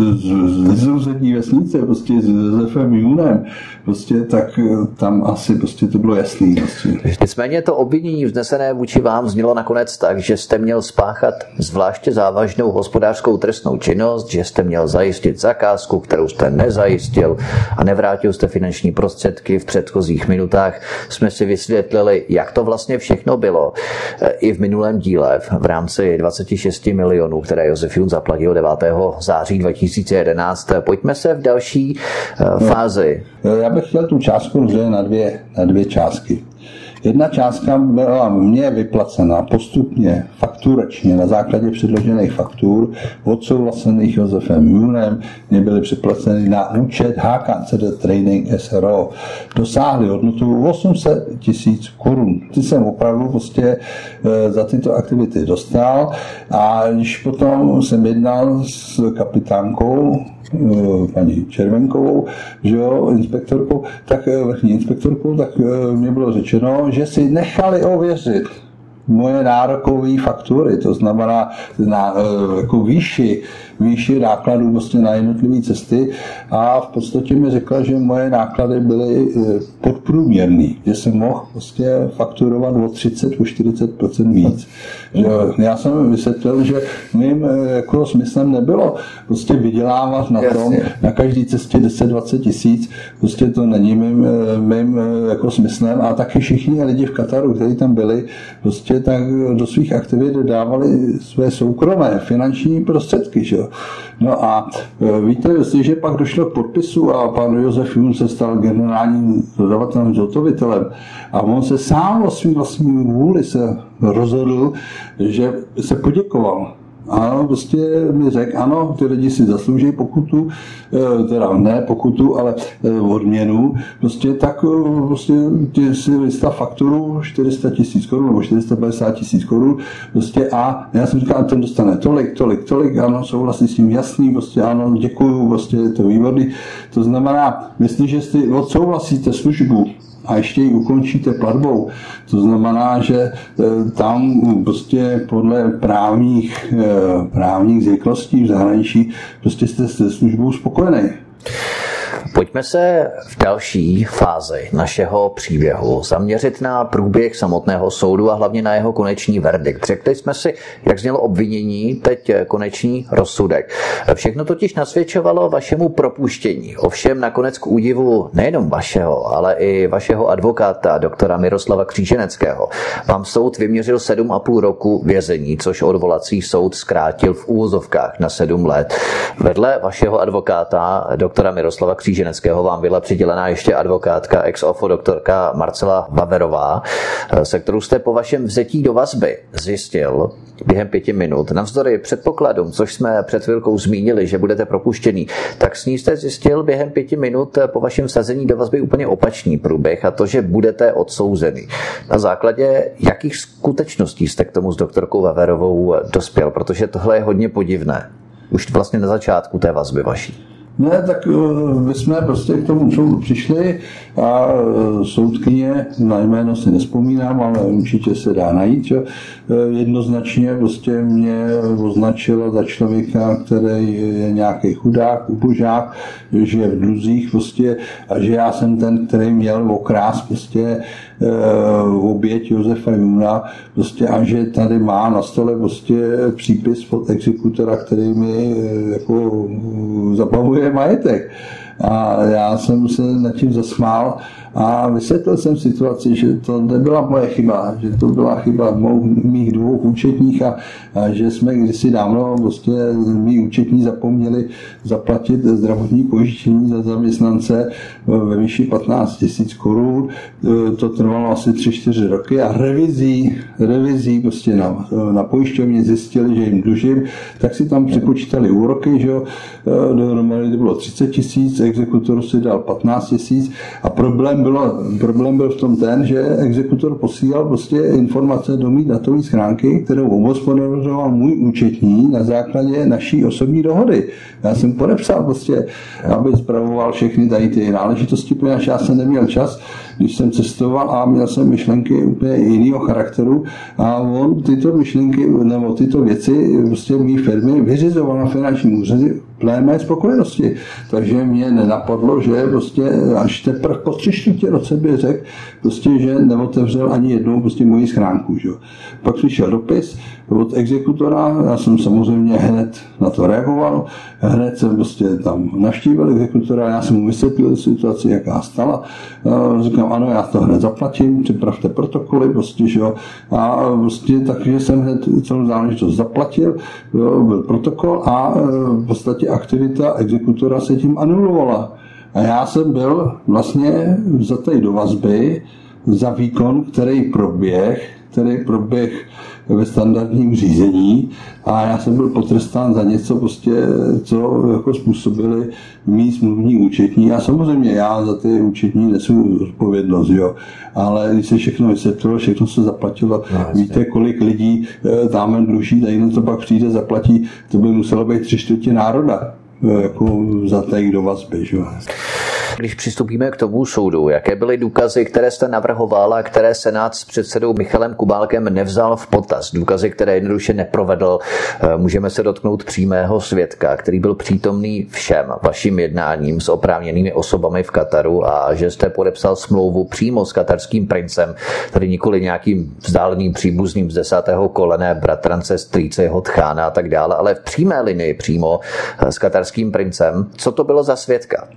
ze sousední vesnice, prostě s Josefem Junem, prostě tak tam asi prostě to bylo jasný. Prostě. Nicméně to obvinění vznesené vůči vám znělo nakonec tak, že jste měl spáchat zvláště závažnou hospodářskou trestnou činnost, že jste měl zajistit zakázku, kterou jste nezajistil a nevrátil jste finanční prostředky. V předchozích minutách jsme si vysvětlili, jak to vlastně všechno bylo. I v minulém díle v rámci dvacet šest milionů, které Josef Jun zaplatil devátého září dva tisíce jedenáct. Pojďme se v další uh, fázi. Já bych chtěl tu částku rozdělit na dvě, na dvě částky. Jedna částka byla mně vyplacena postupně, fakturačně, na základě předložených faktur, odsouhlasených Josefem Junem, mě byly přeplaceny na účet H K C D Training S R O. Dosáhly hodnotu osm set tisíc korun. Ty jsem opravdu prostě za tyto aktivity dostal a když potom jsem jednal s kapitánkou, paní Červenkovou, že jo, inspektorkou, tak vrchní inspektorkou, tak mě bylo řečeno, že si nechali ověřit moje nárokové faktury, to znamená na jako výši, výši nákladů vlastně na jednotlivé cesty a v podstatě mi řekla, že moje náklady byly podprůměrný, že jsem mohl vlastně fakturovat o třicet až čtyřicet procent víc. Že já jsem vysvětlil, že mým jako smyslem nebylo prostě vydělávat na tom, na každé cestě deset dvacet tisíc, prostě to není mým, mým jako smyslem a taky všichni lidi v Kataru, kteří tam byli, prostě tak do svých aktivit dávali své soukromé finanční prostředky. Že? No a víte, jestliže pak došlo k podpisu a pan Josef Jun se stal generálním dodavatelem, zhotovitelem a on se sám o svým vlastní vůli se rozhodl, že se poděkoval. Ano, prostě mi řekl, ano, ty lidi si zaslouží pokutu, teda ne pokutu, ale odměnu, prostě tak prostě ty si vystav fakturu čtyři sta tisíc korun nebo čtyři sta padesát tisíc korun, prostě a já jsem říkal, ten dostane tolik, tolik, tolik, ano, souhlasím s tím, jasný, prostě ano, děkuju, prostě je to výborný. To znamená, jestliže si odsouhlasíte službu a ještě ji ukončíte platbou. To znamená, že tam prostě podle právních, právních zvyklostí v zahraničí prostě jste se službou spokojený. Pojďme se v další fázi našeho příběhu zaměřit na průběh samotného soudu a hlavně na jeho konečný verdikt. Řekli jsme si, jak znělo obvinění, teď konečný rozsudek. Všechno totiž nasvědčovalo vašemu propuštění. Ovšem nakonec k údivu nejenom vašeho, ale i vašeho advokáta, doktora Miroslava Kříženeckého, vám soud vyměřil sedm a půl roku vězení, což odvolací soud zkrátil v úvozovkách na sedm let. Vedle vašeho advokáta, doktora Miroslava Kříženeckého, Lužineckého vám byla přidělená ještě advokátka ex ofo doktorka Marcela Wawerová, se kterou jste po vašem vzetí do vazby zjistil během pěti minut, navzdory předpokladům, což jsme před chvilkou zmínili, že budete propuštěný, tak s ní jste zjistil během pěti minut po vašem vsazení do vazby úplně opačný průběh, a to, že budete odsouzený. Na základě jakých skutečností jste k tomu s doktorkou Wawerovou dospěl, protože tohle je hodně podivné. Už vlastně na začátku té vazby vaší. Ne, tak my jsme prostě k tomu soudu přišli a soudkyně, na jméno si nespomínám, ale určitě se dá najít, že jednoznačně prostě mě označila za člověka, který je nějaký chudák, ubožák, že je v dluzích prostě a že já jsem ten, který měl okrást prostě oběť Josefa Juna prostě a že tady má na stole prostě přípis od exekutora, který mi jako zabavuje majetek. A já jsem se nad tím zasmál a vysvětlil jsem situaci, že to nebyla moje chyba, že to byla chyba mou, mých dvou účetních a, a že jsme kdysi dávno prostě mý účetní zapomněli zaplatit zdravotní pojištění za zaměstnance ve výši patnáct tisíc korun. To trvalo asi tři čtyři roky a revizí, revizí prostě na, na pojišťovně zjistili, že jim dlužím, tak si tam připočítali úroky, že jo, dohromady to bylo třicet tisíc, exekutor si dal patnáct tisíc a problém, bylo, problém byl v tom ten, že exekutor posílal prostě informace do mý datové schránky, kterou obhospodařoval můj účetní na základě naší osobní dohody. Já jsem podepsal prostě, aby spravoval všechny tady ty náležitosti, protože já jsem neměl čas, když jsem cestoval a měl jsem myšlenky úplně jiného charakteru a on tyto myšlenky nebo tyto věci prostě mý firmy vyřizoval na finančním úřadě plné mé spokojenosti. Takže mě nenapadlo, že prostě až teprve po tři čtvrtě roce by řekl, prostě, že neotevřel ani jednou prostě moji schránku. Že? Pak přišel dopis od exekutora, já jsem samozřejmě hned na to reagoval, hned jsem prostě tam navštívil exekutora, já jsem mu vysvětlil situaci, jaká stala. Říkám, ano, já to hned zaplatím, připravte protokoly, prostě, že jo. A prostě takže jsem hned celou záležitost zaplatil, jo, byl protokol a v podstatě aktivita exekutora se tím anulovala. A já jsem byl vlastně vzatý do vazby za výkon, který proběh, který proběh ve standardním řízení a já jsem byl potrestán za něco, prostě, co jako způsobili mý smluvní účetní a samozřejmě já za ty účetní nesu odpovědnost, jo. Ale když se všechno vysvětlilo, všechno se zaplatilo, no, víte, kolik lidí tam dluží, tady to pak přijde, zaplatí, to by muselo být tři čtvrtě národa jako zatých do vazby, že? Když přistupíme k tomu soudu, jaké byly důkazy, které jste navrhoval a které Senát s předsedou Michalem Kubálkem nevzal v potaz? Důkazy, které jednoduše neprovedl. Můžeme se dotknout přímého svědka, který byl přítomný všem vašim jednáním s oprávněnými osobami v Kataru a že jste podepsal smlouvu přímo s katarským princem, tedy nikoli nějakým vzdáleným příbuzným z desátého kolene, bratrance, strýce, jeho tchána a tak dále, ale v přímé linii přímo s katarským princem. Co to bylo za svědka?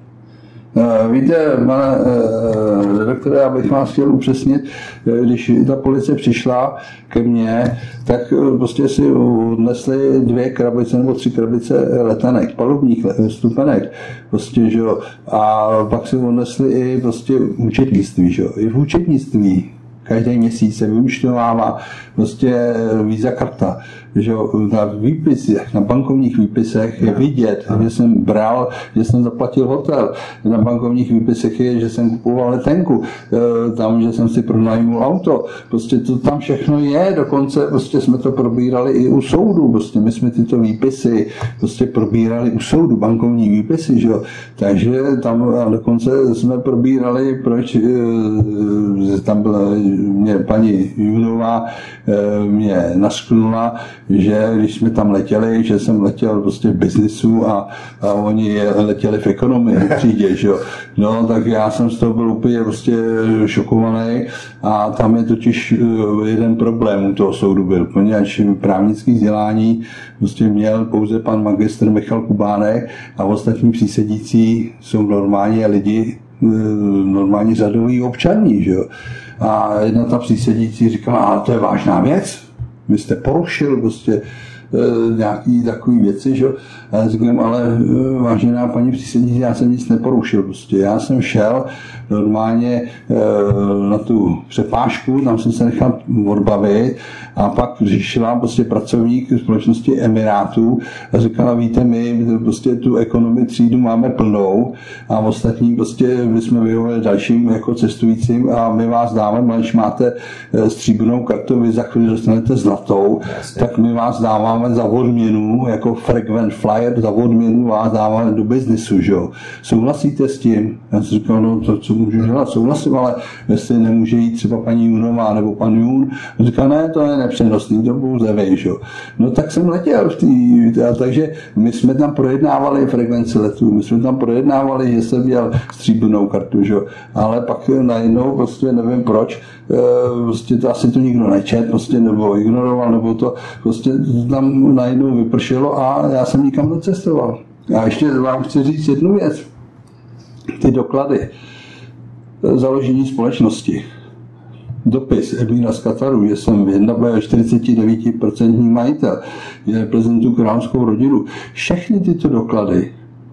Víte, pane redaktore, já bych vás chtěl upřesnit, když ta policie přišla ke mně, tak prostě si odnesli dvě krabice nebo tři krabice letanek, palubních stupenek, prostě, že jo, a pak si odnesli i prostě účetnictví, že jo, i v účetnictví každý měsíc se vyúčtovává prostě Visa karta, že na výpisech, na bankovních výpisech je vidět, že jsem bral, že jsem zaplatil hotel, na bankovních výpisech je, že jsem kupoval letenku, tam, že jsem si pronajmul auto, prostě to tam všechno je, dokonce prostě jsme to probírali i u soudu, prostě my jsme tyto výpisy prostě probírali u soudu, bankovní výpisy, že jo, takže tam dokonce jsme probírali, proč tam byla mě paní Junová mě nasknula, že když jsme tam letěli, že jsem letěl prostě v biznisu a, a oni letěli v ekonomii v třídě, že jo. No, tak já jsem z toho byl úplně prostě šokovaný a tam je totiž jeden problém u toho soudu byl, poněvadž právnické vzdělání prostě měl pouze pan magistr Michal Kubánek a ostatní přísedící jsou normálně lidi, normální řadoví občaní, že jo. A jedna ta přísedící říkala, ale to je vážná věc, vy jste porušil prostě e, nějaký takový věci, že? A já říkám, ale e, vážená paní přísedící, já jsem nic neporušil prostě. Já jsem šel normálně e, na tu přepážku, tam jsem se nechal odbavit a pak řešila prostě pracovník společnosti Emirátů a říkala, víte, my prostě tu ekonomii třídu máme plnou a ostatní prostě bychom vyhovali dalším jako cestujícím a my vás dáme, když máte stříbrnou kartu, vy za chvíli dostanete zlatou, jasně, tak my vás dáváme za odměnu, jako frequent flyer, za odměnu vás dáváme do biznisu, že jo. Souhlasíte s tím? Já jsem říkal, no to, co můžu dělat, souhlasím, ale jestli nemůže jít třeba paní Junová nebo pan Jun, říkal, ne, to je nepřenosný, to pouze vy, že jo. No tak jsem letěl v tý, takže my jsme tam projednávali frekvenci letů, my jsme tam projednávali, že jsem měl stříbrnou kartu, že jo, ale pak najednou prostě nevím proč, prostě to asi to nikdo nečet, prostě nebo ignoroval, nebo to prostě tam najednou vypršelo a já jsem nikam docestoval. A ještě vám chci říct jednu věc. Ty doklady založení společnosti. Dopis Emíra z Kataru, že jsem čtyřicet devět procent majitel, že reprezentuji královskou rodinu. Všechny tyto doklady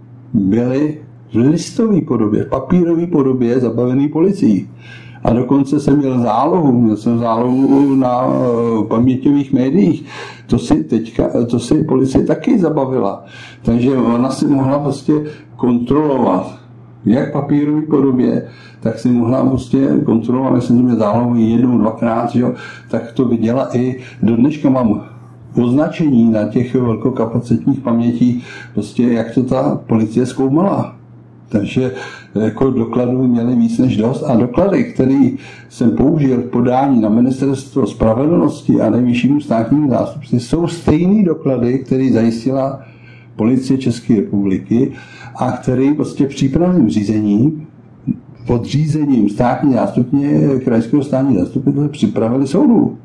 byly v listové podobě, v papírové podobě zabavený policií. A dokonce jsem měl zálohu, měl jsem zálohu na uh, paměťových médiích. To si teďka, to si policie taky zabavila. Takže ona si mohla prostě kontrolovat, jak v papírové podobě, tak si mohla prostě kontrolovat, jestli jsem měl zálohu jednou, dvakrát, jo, tak to viděla i do dneška mám označení na těch velkokapacitních pamětích, prostě jak to ta policie zkoumala. Takže jako dokladů měli víc než dost a doklady, které jsem použil v podání na Ministerstvo spravedlnosti a nejvyššímu státnímu zástupci, jsou stejné doklady, které zajistila Policie České republiky a které prostě v přípravném řízení pod řízením státní zástupně, krajského státního zástupce připravili soudu.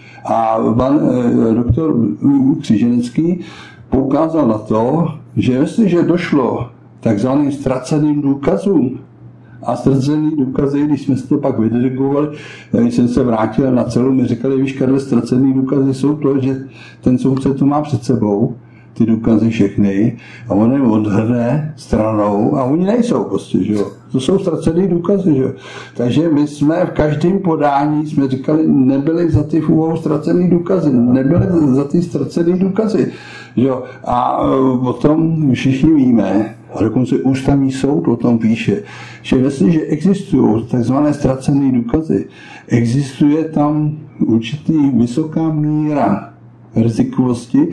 A pan eh, doktor Křiženický poukázal na to, že jestliže došlo takzvaným ztraceným důkazům. A ztracený důkazy, když jsme si to pak vydedukovali, když jsem se vrátil na celou, mi říkali, víš, Karle, ztracený důkazy jsou to, že ten soudce to má před sebou, ty důkazy všechny, a on je odhrne stranou a oni nejsou prostě, že jo. To jsou ztracený důkazy, že jo. Takže my jsme v každém podání, jsme říkali, nebyli za ty v úvahu ztracený důkazy, nebyli za ty ztracený důkazy, že jo. A o tom všichni víme, a dokonce ústavní soud o tom píše, že jestliže existují takzvané ztracené důkazy, existuje tam určitý vysoká míra rizikovosti,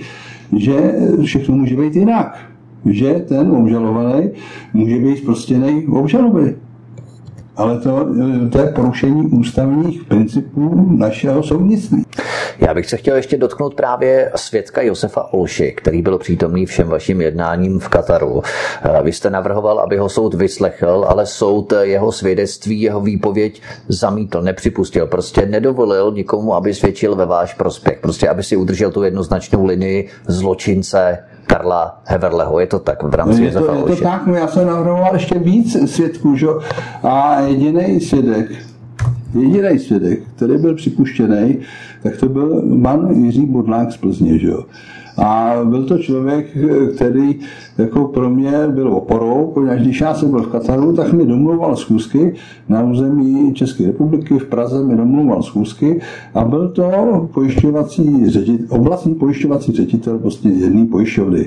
že všechno může být jinak. Že ten obžalovaný může být zprostěný obžaloby. Ale to, to je porušení ústavních principů našeho soudnictví. Já bych se chtěl ještě dotknout právě svědka Josefa Olši, který byl přítomný všem vašim jednáním v Kataru. Vy jste navrhoval, aby ho soud vyslechl, ale soud jeho svědectví, jeho výpověď zamítl, nepřipustil. Prostě nedovolil nikomu, aby svědčil ve váš prospěch. Prostě aby si udržel tu jednoznačnou linii zločince Karla Heverleho. Je to tak v rámci Josefa Olše? Je to tak, já jsem navrhoval ještě víc svědků, že? A jediný svědek, jediný svědek, který byl připuštěný, tak to byl pan Jiří Bodlák z Plzně, že jo. A byl to člověk, který jako pro mě byl oporou, protože když já jsem byl v Kataru, tak mi domluval schůzky na území České republiky, v Praze mi domluval schůzky a byl to pojišťovací ředitel, oblastní pojišťovací ředitel prostě jedné pojišťovny.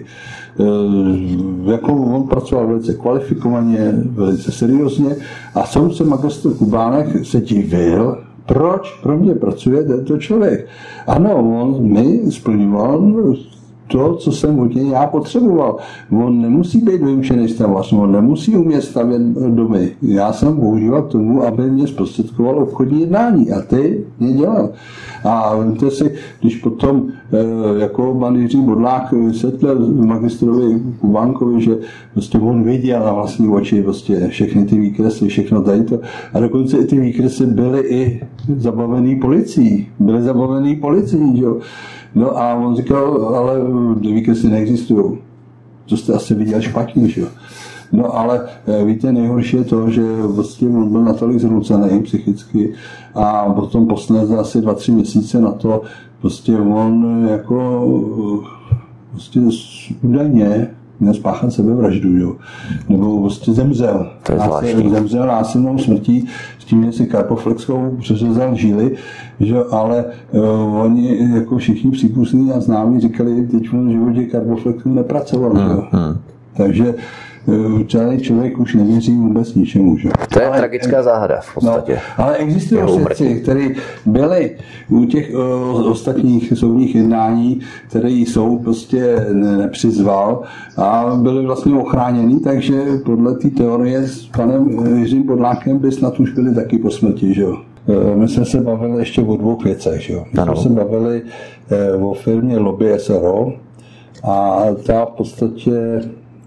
E, jako on pracoval velice kvalifikovaně, velice seriózně a soudce magistr Kubánek se divil, proč pro mě pracuje tento člověk. Ano, on mi splňoval to, co jsem od něj já potřeboval. On nemusí být vyučený stavař, on nemusí umět stavět domy. Já jsem používal k tomu, aby mě zprostředkoval obchodní jednání a ty mě dělal. A víte si, když potom jako pan Jiří Bodlák vysvětlil magistrovi Kubánkovi, že prostě on viděl na vlastní oči prostě všechny ty výkresy, všechno tady to. A dokonce i ty výkresy byly i zabavený policií. Byly zabavený policií, že jo. No a on říkal, ale výkresy neexistují. To jste asi viděl špatně, že jo. No ale víte, nejhorší je to, že vlastně on byl natolik zhroucený psychicky a potom posledně asi dva, tři měsíce na to prostě on jako prostě údajně měl spáchat sebevraždu, jo. Nebo prostě zemřel. Násil, zemřel násilnou smrtí s tím, že si Karpoflexkou přeřezal žíly, že, ale uh, oni jako všichni příbuzní a známí říkali, teď v životě Karpoflexou nepracoval. Hmm, jo. Hmm. Takže žádný člověk už nevěří vůbec ničemu. Že? To je ale, tragická záhada v podstatě. No, ale existují svědci, které byly u těch o, ostatních soudních jednání, které soud prostě nepřizval a byly vlastně ochráněny, takže podle té teorie s panem Jiřím Podlákem by snad už byli taky po smrti. Že? My jsme se bavili ještě o dvou věcech. Že? My jsme se bavili o firmě Lobby S R O a ta v podstatě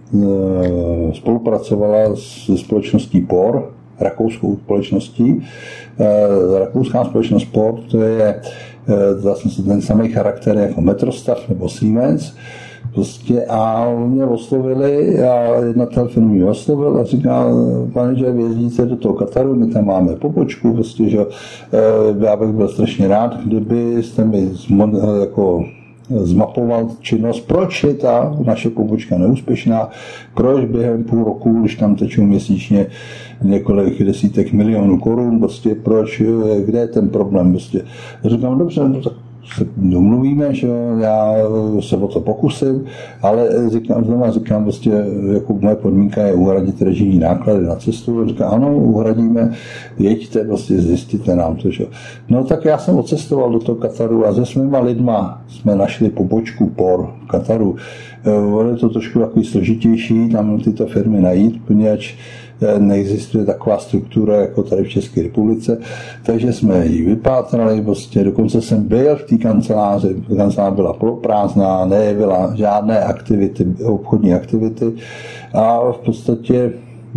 spolupracovala se společností P O R, rakouskou společností. Rakouská společnost P O R, to je vlastně ten samý charakter jako Metrostat nebo Siemens. Prostě a mě oslovili a jednatel firmy mě oslovil a říkal, pane, že vězdíte do toho Kataru, my tam máme pobočku, prostě, že já bych byl strašně rád, kdybyste mi jako zmapoval činnost, proč je ta naše pobočka neúspěšná, proč během půl roku, když tam tečou měsíčně několik desítek milionů korun, prostě proč, kde je ten problém. Prostě. Říkám, dobře, no tak se domluvíme, že já se o to pokusím, ale říkám, znova říkám, prostě, jako moje podmínka je uhradit režijní náklady na cestu. Říkám, ano, uhradíme, jeďte, prostě zjistíte nám to. Že. No tak já jsem odcestoval do toho Kataru a se svýma lidma jsme našli pobočku P O R v Kataru. Je to trošku takový složitější, tam tyto firmy najít, poněvadž neexistuje taková struktura jako tady v České republice, takže jsme ji vypátrali, prostě dokonce jsem byl v té kanceláři, kancelář byla poloprázdná, nejevila žádné aktivity, obchodní aktivity a v podstatě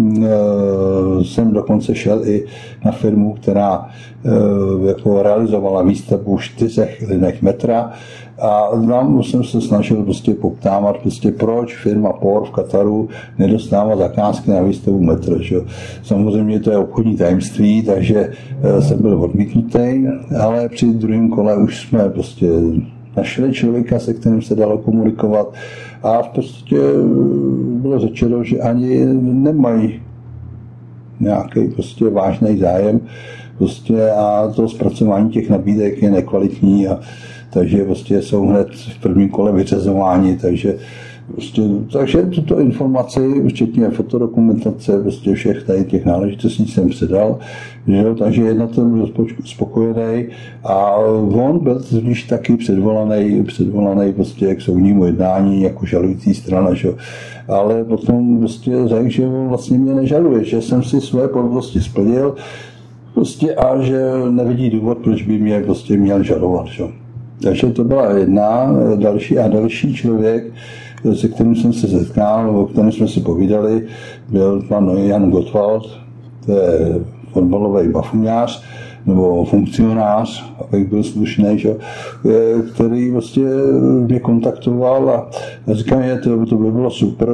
jsem dokonce šel i na firmu, která jako realizovala výstavbu čtyřech linek metra a tam jsem se snažil prostě poptávat, prostě proč firma P O R v Kataru nedostává zakázky na výstavbu metra. Že? Samozřejmě to je obchodní tajemství, takže jsem byl odmítnutý, ale při druhém kole už jsme prostě našli člověka, se kterým se dalo komunikovat a v podstatě bylo řečeno, že ani nemají nějaký prostě vážný zájem prostě a to zpracování těch nabídek je nekvalitní a takže prostě jsou hned v prvním kole vyřazováni, takže prostě, takže tuto informaci, včetně fotodokumentace, prostě všech tady těch náležitostí jsem předal, že, takže jednatel byl spokojený a on byl totiž taky předvolaný, předvolaný prostě k soudnímu jednání jako žalující strana, že, ale potom prostě řekl, že on vlastně mě nežaluje, že jsem si svoje povinnosti splnil prostě a že nevidí důvod, proč by mě prostě měl žalovat. Že. Takže to byla jedna, další a další člověk, se kterým jsem se setkal, o kterém jsme si povídali, byl pan Jan Gottwald, to je fotbalový bafuňář, nebo funkcionář, abych byl slušný, že, který vlastně mě kontaktoval a říkám, že to, to by bylo super.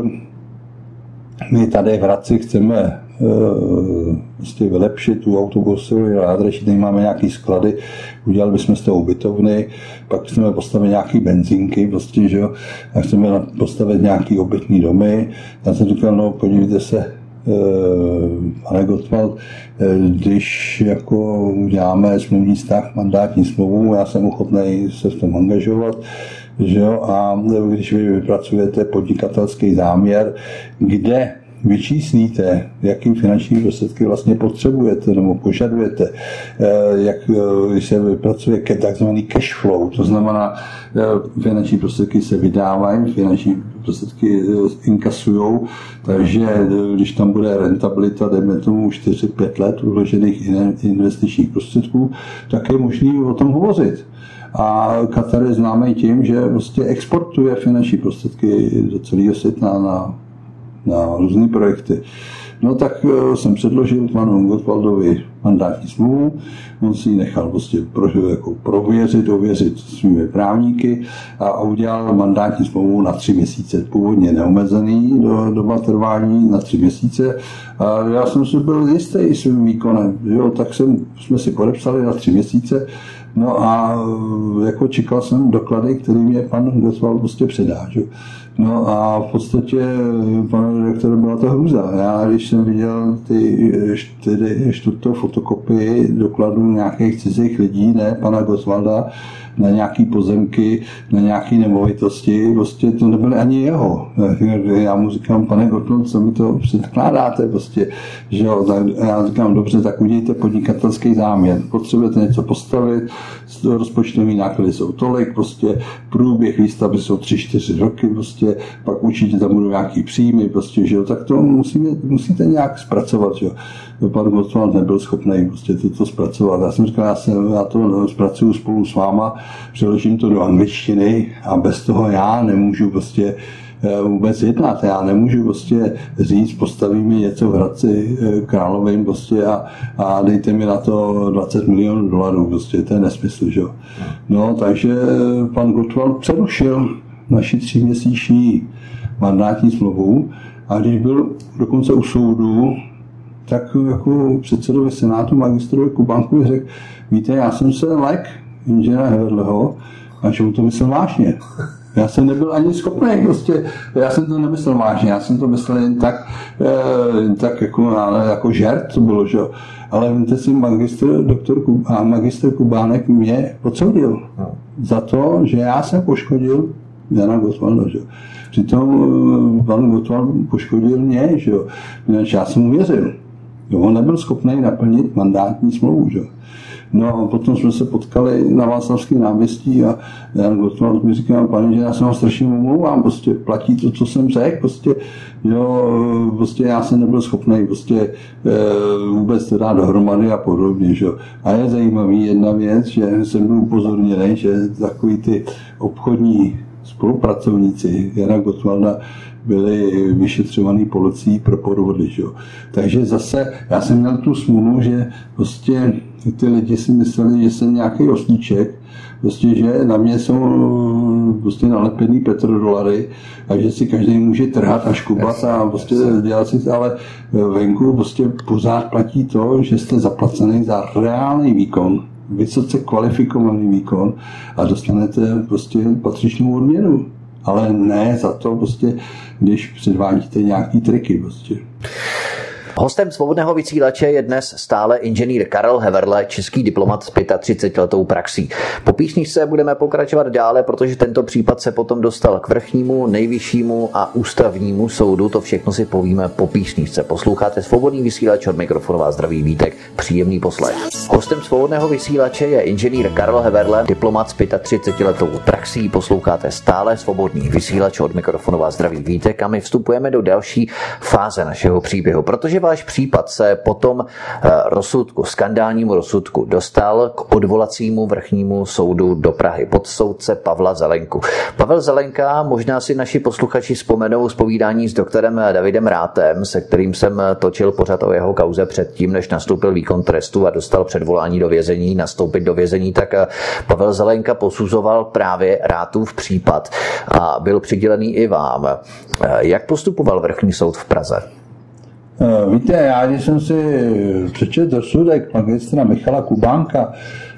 My tady v Hradci chceme vlastně vylepšit tu autobusovou nádraží, tady máme nějaký sklady, udělali bychom z toho ubytovny, pak chceme postavit nějaký benzínky, prostě, že jo, a chceme postavit nějaký obytný domy. Já jsem říkal, no podívejte se, pane Gottwald, když jako uděláme smluvní vztah, mandátní smlouvu, já jsem ochotný se v tom angažovat, že jo, a když vy vypracujete podnikatelský záměr, kde vyčíslíte, jaký finanční prostředky vlastně potřebujete nebo požadujete, jak když se vypracuje takzvaný cash flow, to znamená, finanční prostředky se vydávají, finanční prostředky inkasujou, takže když tam bude rentabilita, dejme tomu čtyři pět let uložených investičních prostředků, tak je možný o tom hovořit. A Katar je známý tím, že prostě exportuje finanční prostředky do celého světa na na různé projekty. No tak jsem předložil panu Gottwaldovi mandátní smlouvu, on si ji nechal prostě pro, jako prověřit, ověřit svými právníky a udělal mandátní smlouvu na tři měsíce. Původně neomezený do, doba trvání na tři měsíce. A já jsem si byl jistý svým výkonem, jo, tak jsem, jsme si podepsali na tři měsíce. No a jako čekal jsem doklady, který mě pan Gottwald prostě předá. Že? No a v podstatě, pane direktore, byla to hrůza. Já, když jsem viděl ty čtyři, čtvrtou fotokopii dokladů nějakých cizích lidí, ne pana Gottwalda, na nějaký pozemky, na nějaké nemovitosti, prostě to nebyly ani jeho. Já mu říkám, pane Gottwald, co mi to předkládáte, prostě, že jo, tak já říkám, dobře, tak udějte podnikatelský záměr, potřebujete něco postavit, rozpočtové náklady jsou tolik, prostě průběh výstavby jsou tři čtyři roky, prostě, pak určitě tam budou nějaký příjmy, prostě, že jo, tak to musíme, musíte nějak zpracovat, že jo. Pan Gottwald nebyl schopný prostě to zpracovat. Já jsem říkal, já, jsem, já to zpracuju spolu s váma, přeložím to do angličtiny a bez toho já nemůžu prostě vůbec jednat. Já nemůžu prostě říct, postavíme něco v Hradci Královým prostě a, a dejte mi na to dvacet milionů dolarů. Prostě to je nesmysl, že jo. No, takže pan Gottwald přerušil naši tříměsíční mandátní smlouvu a když byl dokonce u soudu, tak jako předsedovi senátu magistrovi Kubánkovi řekl, víte, já jsem se lek inženýra Heverleho a že mu to myslel vážně. Já jsem nebyl ani schopný, prostě, já jsem to nemyslel vážně, já jsem to myslel jen tak, jen tak jako, jako žert, to bylo, že? Ale víte si, magistr, doktor Kub, a magistr Kubánek mě odsoudil za to, že já jsem poškodil Jana Gottwalda, že? Přitom pan Gottwald poškodil mě, že jo? Já jsem mu věřil. Jo, on nebyl schopný naplnit mandátní smlouvu, že? No a potom jsme se potkali na Václavském náměstí a Jan Gottwald mi říkal, pane, že já se vám strašně omlouvám, prostě platí to, co jsem řekl, prostě, jo, prostě já jsem nebyl schopný prostě e, vůbec to dát dohromady a podobně, že? A je zajímavý jedna věc, že jsem byl upozorněný, že takový ty obchodní spolupracovníci Jana Gottwalda byli vyšetřovaný policií pro podvody. Že? Takže zase já jsem měl tu smůlu, že prostě ty lidi si mysleli, že jsem nějaký oslíček, prostě, že na mě jsou prostě nalepený petrodolary a že si každý může trhat a škubat a prostě dělat si, ale venku prostě pořád platí to, že jste zaplacený za reálný výkon, vysoce kvalifikovaný výkon a dostanete prostě patřičnou odměnu. Ale ne za to, prostě, když předvádíte nějaký triky. Prostě. Hostem Svobodného vysílače je dnes stále inženýr Karel Heverle, český diplomat s třicetiletou praxí. Po písničce budeme pokračovat dále, protože tento případ se potom dostal k vrchnímu, nejvyššímu a ústavnímu soudu. To všechno si povíme po písničce. Posloucháte Svobodný vysílač, od mikrofonu vás zdraví Vítek, příjemný poslech. Hostem Svobodného vysílače je inženýr Karel Heverle, diplomat s třicetiletou praxí. Posloucháte stále Svobodný vysílač, od mikrofonu vás zdraví Vítek a my vstupujeme do další fáze našeho příběhu, protože váš případ se potom rozsudku, skandálnímu rozsudku dostal k odvolacímu vrchnímu soudu do Prahy pod soudce Pavla Zelenku. Pavel Zelenka, možná si naši posluchači vzpomenou z povídání s doktorem Davidem Rátem, se kterým jsem točil pořad o jeho kauze předtím, než nastoupil výkon trestu a dostal předvolání do vězení, nastoupit do vězení, tak Pavel Zelenka posuzoval právě Rátův případ a byl přidělený i vám. Jak postupoval vrchní soud v Praze? Víte, já když jsem si přečetl rozsudek magistra Michala Kubánka,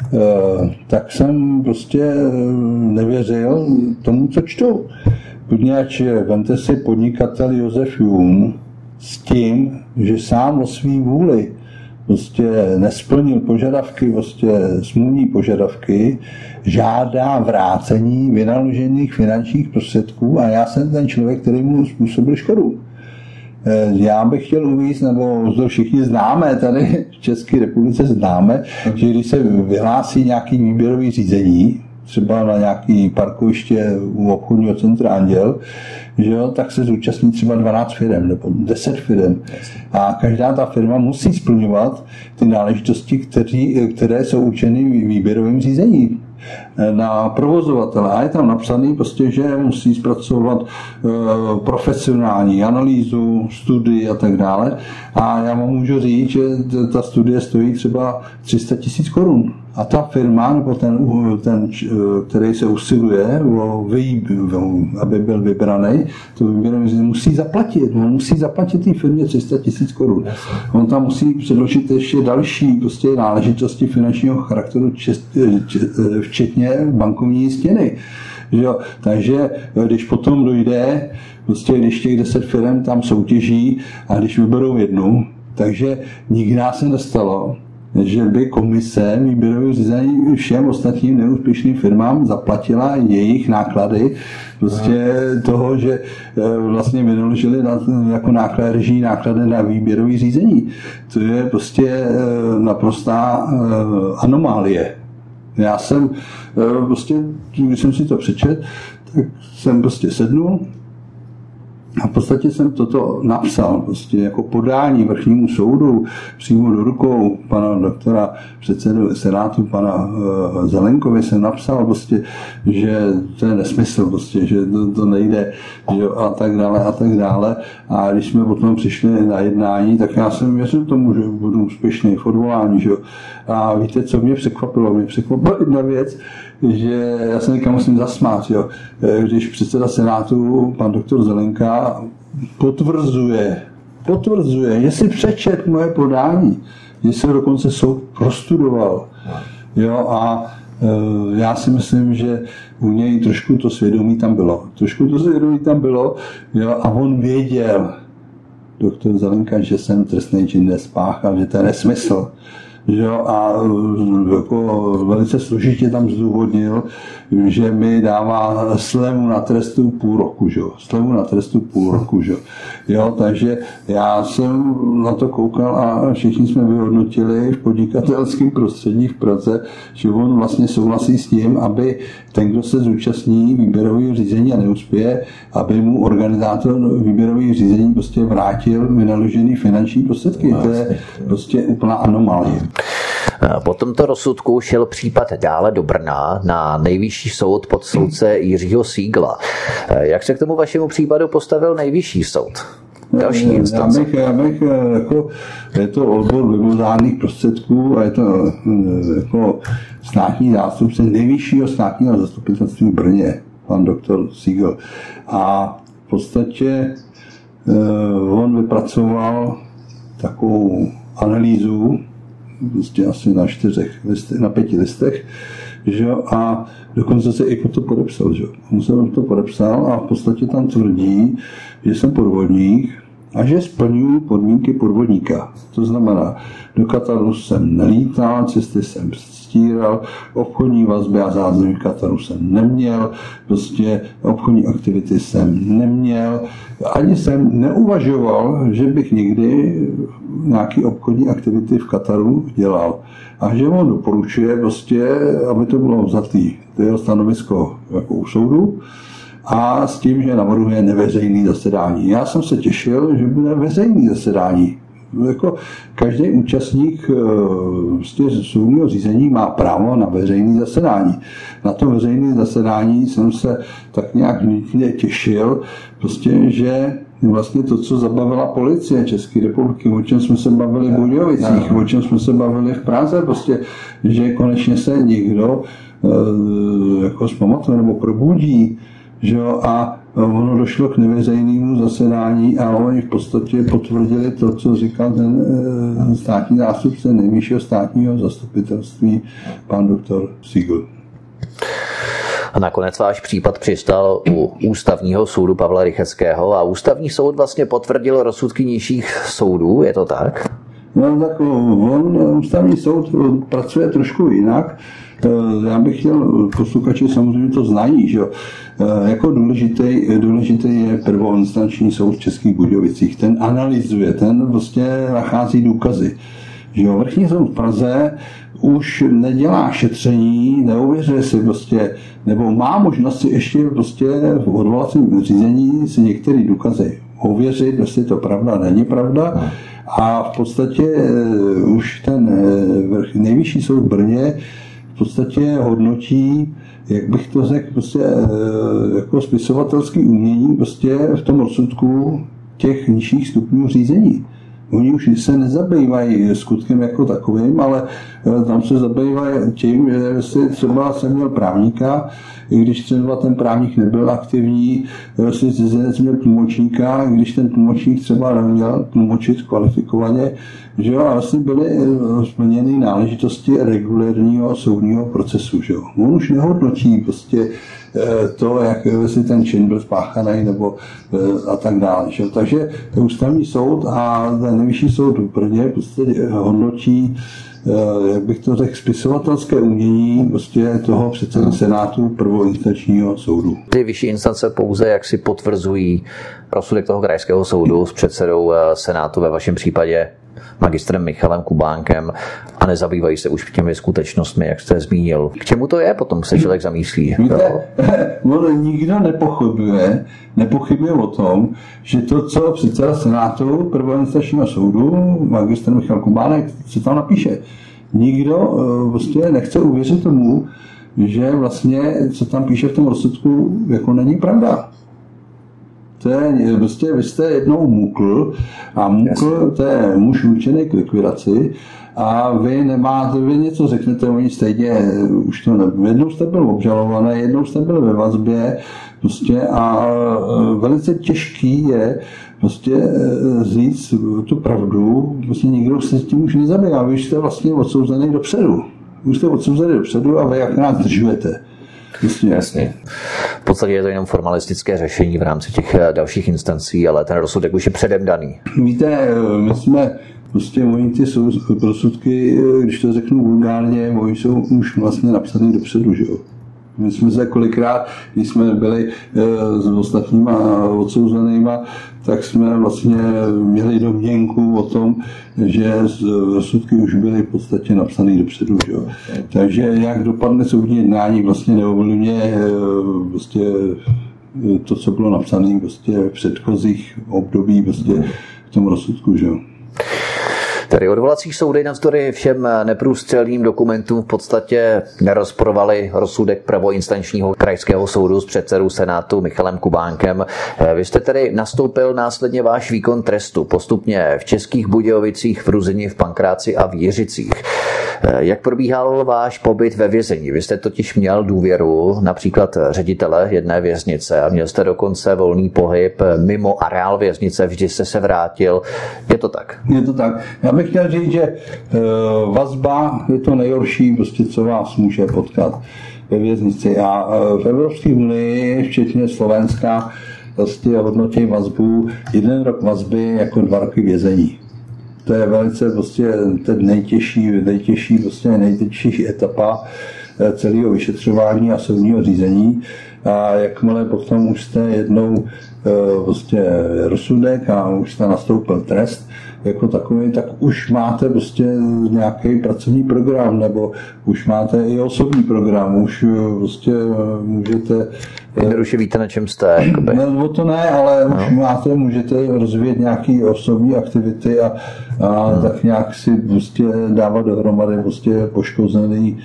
tak jsem prostě nevěřil tomu, co čtu. Poněvadž vemte si podnikatel Josef Jun s tím, že sám o svý vůli prostě nesplnil požadavky, prostě smluvní požadavky, žádá vrácení vynaložených finančních prostředků a já jsem ten člověk, který mu způsobil škodu. Já bych chtěl uvést, nebo to všichni známe, tady v České republice známe, že když se vyhlásí nějaký výběrový řízení, třeba na nějaký parkoviště u obchodního centra Anděl, že jo, tak se zúčastní třeba dvanáct firem nebo deset firem. A každá ta firma musí splňovat ty náležitosti, kteří, které jsou určeny výběrovým řízením. na provozovatele. A je tam napsaný, prostě, že musí zpracovat e, profesionální analýzu, studii a tak dále. A já vám můžu říct, že ta studie stojí třeba tři sta tisíc korun. A ta firma, nebo ten, ten, který se usiluje, aby byl vybraný, to vyběrný musí zaplatit. On musí zaplatit té firmě tři sta tisíc korun. On tam musí předložit ještě další prostě náležitosti finančního charakteru, včetně bankovní jistiny. Takže když potom dojde, prostě když těch deset firm tam soutěží a když vyberou jednu, takže nikdy nás se nestalo, že by komise výběrového řízení všem ostatním neúspěšným firmám zaplatila jejich náklady, prostě toho, že vlastně vynaložili na, jako náklad, režijní náklady na výběrové řízení. To je prostě naprostá anomálie. Já jsem prostě, když jsem si to přečet, tak jsem prostě sednul a v podstatě jsem toto napsal prostě jako podání vrchnímu soudu přímo do rukou pana doktora předsedy Senátu, pana Zelenkovi jsem napsal prostě, že to je nesmysl prostě, že to, to nejde, že a tak dále a tak dále. A když jsme potom přišli na jednání, tak já jsem věřil tomu, že budu úspěšný v odvolání, že. A víte, co mě překvapilo? Mě překvapila jedna věc, že já se někam musím zasmát, jo. Když předseda Senátu, pan doktor Zelenka, potvrzuje, potvrzuje, jestli přečet moje podání, že se dokonce soud prostudoval. Jo, a e, já si myslím, že u něj trošku to svědomí tam bylo. Trošku to svědomí tam bylo, jo, a on věděl, doktor Zelenka, že jsem trestný čin nespáchal, že to je nesmysl. Jo, a jako velice složitě tam zdůvodnil, že mi dává slevu na trestu půl roku, že? Slevu na trestu půl roku, že? Jo, takže já jsem na to koukal a všichni jsme vyhodnotili v podnikatelském prostředí v Praze, že on vlastně souhlasí s tím, aby ten, kdo se zúčastní výběrového řízení a neuspěje, aby mu organizátor výběrového řízení prostě vrátil vynaložený finanční prostředky. To je prostě úplná anomálie. Po tomto rozsudku šel případ dále do Brna na nejvyšší soud pod soudce Jiřího Sígla. Jak se k tomu vašemu případu postavil nejvyšší soud? Další instance. Já bych, já bych jako, je to odbor vyvozálních prostředků a je to jako státní zástupce nejvyššího státního zastupitelství v Brně, pan doktor Sígl. A v podstatě on vypracoval takovou analýzu, prostě asi na čtyřech listech, na pěti listech, že? A dokonce se i po to podepsal. Že? On se to podepsal a v podstatě tam tvrdí, že jsem podvodník a že splňuji podmínky podvodníka. To znamená, do Kataru jsem nelítal, cesty jsem stíral, obchodní vazby a záznamy v Kataru jsem neměl, prostě obchodní aktivity jsem neměl, ani jsem neuvažoval, že bych někdy nějaké obchodní aktivity v Kataru dělal. A že on doporučuje prostě, aby to bylo vzatý, to je stanovisko jako u soudu, a s tím, že navrhuje neveřejné zasedání. Já jsem se těšil, že bude veřejné zasedání. Jako každý účastník prostě soudního řízení má právo na veřejné zasedání. Na to veřejné zasedání jsem se tak nějak vnitřně těšil, prostě, že vlastně to, co zabavila policie České republiky, o čem jsme se bavili v Budějovicích, o čem jsme se bavili v Praze, prostě, že konečně se někdo jako zpamatuje nebo probudí, že jo, a ono došlo k neveřejnému zasedání a oni v podstatě potvrdili to, co říkal ten státní zástupce nejvyššího státního zastupitelství, pan doktor Sígl. A nakonec váš případ přistál u Ústavního soudu Pavla Rychetského a Ústavní soud vlastně potvrdil rozsudky nižších soudů, je to tak? No tak on, Ústavní soud pracuje trošku jinak. Já bych chtěl, posluchači samozřejmě to znají, že jako důležitý, důležitý je prvoinstanční soud v Českých Budějovicích. Ten analyzuje, ten prostě nachází důkazy. Že vrchní soud v Praze už nedělá šetření, neuvěřuje si prostě, nebo má možnost si ještě prostě v odvolacím řízení si některé důkazy ověřit, jestli to pravda, není pravda. A v podstatě už ten nejvyšší soud v Brně v v podstatě hodnotí, jak bych to řekl, prostě jako spisovatelský umění prostě v tom rozsudku těch nižších stupňů řízení. Oni už se nezabývají skutkem jako takovým, ale tam se zabývají tím, že si třeba jsem měl právníka, i když třeba ten právník nebyl aktivní, si cizinec měl tlumočníka, když ten tlumočník třeba neměl tlumočit kvalifikovaně, že jo, a vlastně byly splněny náležitosti regulérního soudního procesu, že jo. On už nehodnotí prostě to, jak si ten čin byl spáchaný nebo a tak dále. Že? Takže ústavní soud a ten nejvyšší soud v Brně prostě hodnotí, jak bych to řekl, spisovatelské umění prostě toho předsedy Senátu prvoinstančního soudu. Ty vyšší instance pouze jak si potvrzují rozsudek toho krajského soudu s předsedou Senátu, ve vašem případě magistrem Michalem Kubánkem, a nezabývají se už těmi skutečnostmi, jak jste zmínil. K čemu to je, potom se člověk zamýšlí? Víte, on nikdo nepochybuje, nepochybuje o tom, že to, co předseda Senátu prvoinstančního soudu, magistr Michal Kubánek, se tam napíše. Nikdo vlastně nechce uvěřit tomu, že vlastně, co tam píše v tom rozsudku, jako není pravda. To je prostě, vy jste jednou mukl a mukl, to je muž určený k likvidaci a vy nemáte, vy něco řeknete, oni stejně už to nevím. Jednou jste byl obžalovaný, jednou jste byl ve vazbě prostě a velice těžký je prostě říct tu pravdu, prostě nikdo se tím už nezabývá, vy jste vlastně odsouzený dopředu. Už jste odsouzený dopředu a vy jak nás držujete. Jasně. Jasně. V podstatě je to jenom formalistické řešení v rámci těch dalších instancí, ale ten rozsudek už je předem daný. Víte, my jsme prostě oni ty rozsudky, když to řeknu vulgárně, oni jsou už vlastně napsaný dopředu, že jo. My jsme se kolikrát, když jsme byli s ostatníma odsouzenýma, tak jsme vlastně měli domněnku o tom, že rozsudky už byly v podstatě napsané dopředu. Že? Takže jak dopadne soudní jednání, vlastně neovlivňuje vlastně to, co bylo napsané vlastně v předchozích období vlastně v tom rozsudku. Že? Tedy odvolací soudy navzdory všem neprůstřelným dokumentům v podstatě nerozporovaly rozsudek prvoinstančního krajského soudu s předsedou Senátu Michalem Kubánkem. Vy jste tedy nastoupil následně váš výkon trestu postupně v Českých Budějovicích, v Ruzyni, v Pankráci a v Jiřicích. Jak probíhal váš pobyt ve vězení? Vy jste totiž měl důvěru například ředitele jedné věznice a měl jste dokonce volný pohyb mimo areál věznice, vždy jste se vrátil. Je to tak? Je to tak. Já bych chtěl říct, že vazba je to nejhorší, prostě, co vás může potkat ve věznici. A v Evropské unii, včetně Slovenska, vlastně hodnotí vazbu jeden rok vazby jako dva roky vězení. To je velice prostě ten nejtěžší, nejtěžší, prostě nejtěžší etapa celého vyšetřování a soudního řízení. A jakmile potom už jste jednou prostě rozsudek a už jste nastoupil trest jako takový, tak už máte prostě nějaký pracovní program, nebo už máte i osobní program, už prostě můžete... Jednoduše víte, na čem jste. Jakoby. No to ne, ale no. Už máte, můžete rozvíjet nějaké osobní aktivity a, a no. Tak nějak si prostě dávat dohromady prostě poškozený,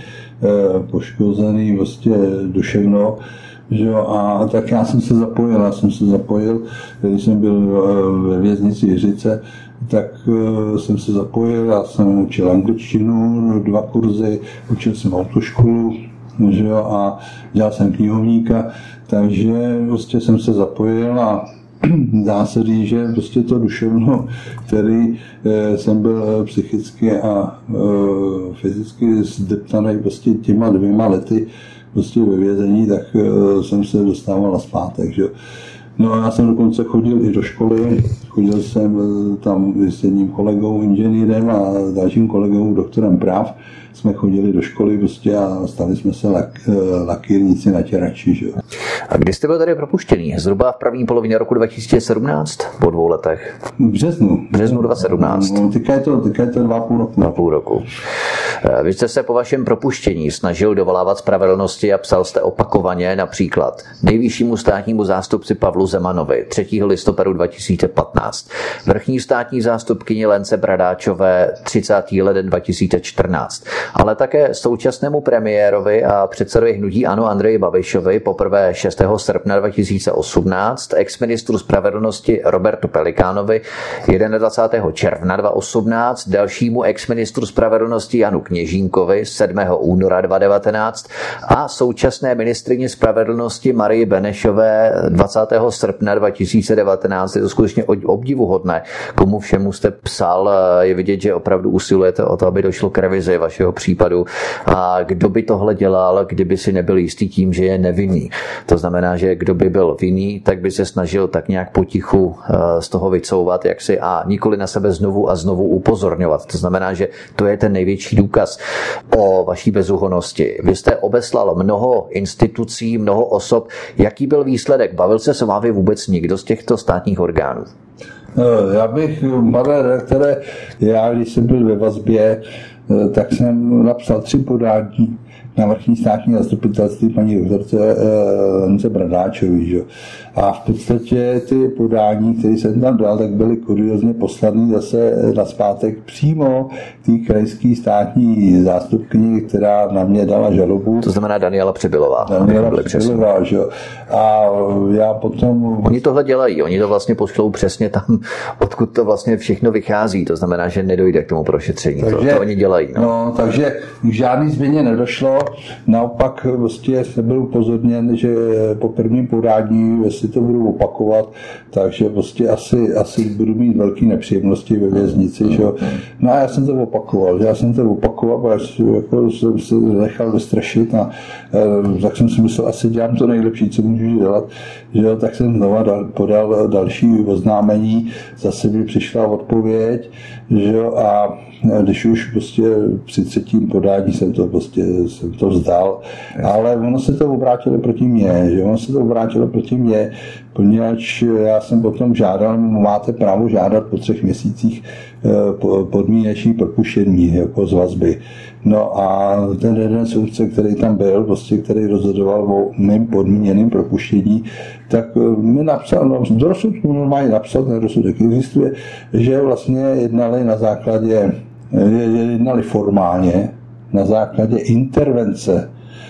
poškozený prostě duševno. Že jo, a tak já jsem se zapojil, já jsem se zapojil, když jsem byl ve věznici Jiřice, tak jsem se zapojil, já jsem učil angličtinu, dva kurzy, učil jsem autoškolu, že jo, a dělal jsem knihovníka, takže prostě jsem se zapojil a dá se říct, že prostě to duševno, který jsem byl psychicky a fyzicky zdeptaný prostě těma dvěma lety, prostě ve vězení, tak jsem se dostával na zpátek. Že? No a já jsem dokonce chodil i do školy, chodil jsem tam s jedním kolegou, inženýrem a dalším kolegou, doktorem práv, jsme chodili do školy prostě a stali jsme se lak, lakírníci na těrači. Že? A kdy jste byl tady propuštěný? Zhruba v první polovině roku dva tisíce sedmnáct? Po dvou letech? V březnu. V březnu dva tisíce sedmnáct. No, teďka je to, teďka je to dva půl roku. Dva půl roku. Vy jste se po vašem propuštění snažil dovolávat spravedlnosti a psal jste opakovaně například nejvyššímu státnímu zástupci Pavlu Zemanovi třetího listopadu dva tisíce patnáct, vrchní státní zástupkyni Lence Bradáčové třicátého ledna dva tisíce čtrnáct, ale také současnému premiérovi a předsedovi hnutí ANO Andreji Babišovi poprvé šestého srpna dva tisíce osmnáct, exministru spravedlnosti Robertu Pelikánovi dvacátého prvního června dva tisíce osmnáct, dalšímu exministru spravedlnosti Janu Kněžínkovi sedmého února dva tisíce devatenáct a současné ministryni spravedlnosti Marii Benešové dvacátého srpna dva tisíce devatenáct. Je to skutečně obdivuhodné, komu všemu jste psal. Je vidět, že opravdu usilujete o to, aby došlo k revizi vašeho případu. A kdo by tohle dělal, kdyby si nebyl jistý tím, že je nevinný. To znamená, že kdo by byl vinný, tak by se snažil tak nějak potichu z toho vycouvat, jaksi a nikoli na sebe znovu a znovu upozorňovat. To znamená, že to je ten největší důkaz o vaší bezúhonnosti. Vy jste obeslal mnoho institucí, mnoho osob. Jaký byl výsledek? Bavil se s vámi vůbec nikdo z těchto státních orgánů? Já bych, pane redaktore, já když jsem byl ve vazbě, tak jsem napsal tři podání na vrchní státní zastupitelství paní doktorce Lence Bradáčové. Že? A v podstatě ty podání, které jsem tam dal, tak byly kuriozně poslaný zase nazpátek přímo té krajské státní zástupkyni, která na mě dala žalobu. To znamená Daniela Přibylová. Daniela Přibylová, že? A já potom... Oni tohle dělají, oni to vlastně pošlou přesně tam, odkud to vlastně všechno vychází. To znamená, že nedojde k tomu prošetření. Takže, to, to oni dělají. No. No, takže k žádný změně nedošlo. Naopak vlastně jsem byl upozorněn, že po prvním podání, jestli to budu opakovat, takže prostě asi, asi budu mít velké nepříjemnosti ve věznici. Že? No a já jsem to opakoval, já jsem to opakoval a jako jsem se nechal vystrašit a tak jsem si myslel, asi dělám to nejlepší, co můžu dělat. Že? Tak jsem znova dal, podal další oznámení, zase mi přišla odpověď, že? A když už prostě při třetím podání jsem to prostě jsem to vzdal, ale ono se to obrátilo proti mně, že ono se to obrátilo proti mně, poněvadž já jsem potom žádal, máte právo žádat po třech měsících podmíneční propuštění jako z vazby. No a ten jeden soudce, který tam byl, prostě, který rozhodoval o mým podmíněným propuštění, tak mi napsal, no, do rozsudku normálně napsal, ten rozsudek existuje, že vlastně jednali na základě, jednali formálně na základě intervence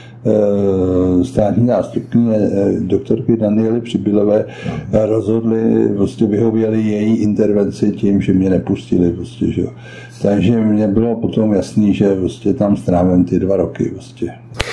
státní zástupkyně doktorky Daniely Přibylové rozhodli, prostě vyhověli její intervenci tím, že mě nepustili. Prostě, že. Takže mě bylo potom jasný, že prostě tam strávím ty dva roky. Prostě.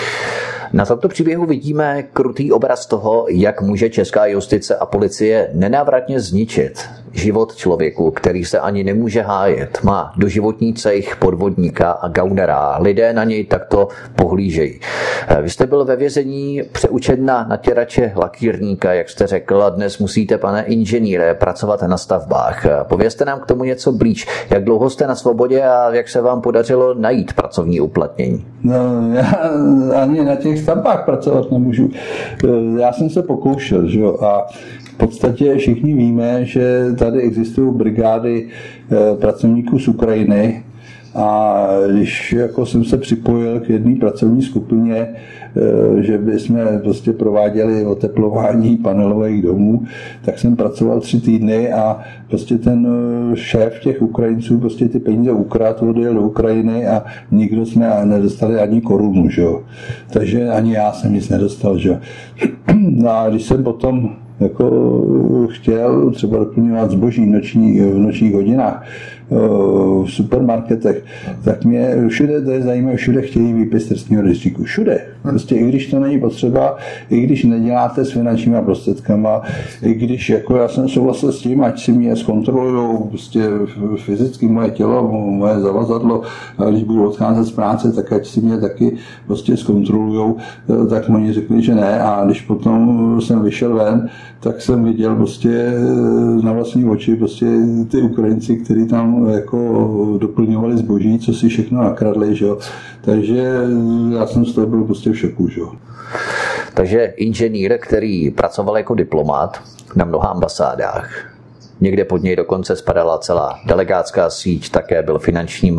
Na tomto příběhu vidíme krutý obraz toho, jak může česká justice a policie nenávratně zničit život člověku, který se ani nemůže hájet. Má doživotní cejch podvodníka a gaunera. Lidé na něj takto pohlížejí. Vy jste byl ve vězení přeučen na natěrače lakírníka, jak jste řekl, a dnes musíte, pane inženýre, pracovat na stavbách. Povězte nám k tomu něco blíž. Jak dlouho jste na svobodě a jak se vám podařilo najít pracovní uplatnění? No, já ani na těch stavbách pracovat nemůžu. Já jsem se pokoušel, že jo, a v podstatě všichni víme, že tady existují brigády pracovníků z Ukrajiny a když jako jsem se připojil k jedné pracovní skupině, že by jsme prostě prováděli oteplování panelových domů, tak jsem pracoval tři týdny a prostě ten šéf těch Ukrajinců prostě ty peníze ukradl, odjel do Ukrajiny a nikdo jsme nedostali ani korunu, že jo. Takže ani já jsem nic nedostal, že jo. No a když jsem potom jako chtěl třeba doplňovat zboží noční, v nočních hodinách v supermarketech, tak mě všude, to je zajímavé, všude chtějí výpis trestního rejstříku. Všude. Prostě i když to není potřeba, i když neděláte s finančníma prostředkama, i když jako já jsem souhlasil s tím, ať si mě zkontrolujou prostě fyzicky moje tělo, moje zavazadlo, a když budu odcházet z práce, tak ať si mě taky prostě zkontrolujou, tak oni řekli, že ne. A když potom jsem vyšel ven, tak jsem viděl prostě na vlastní oči prostě ty Ukrajinci, kteří tam jako doplňovali zboží, co si všechno nakradli, že jo. Takže já jsem z toho byl prostě v šoku, že jo. Takže inženýr, který pracoval jako diplomat na mnoha ambasádách, někde pod něj dokonce spadala celá delegátská síť, také byl finančním a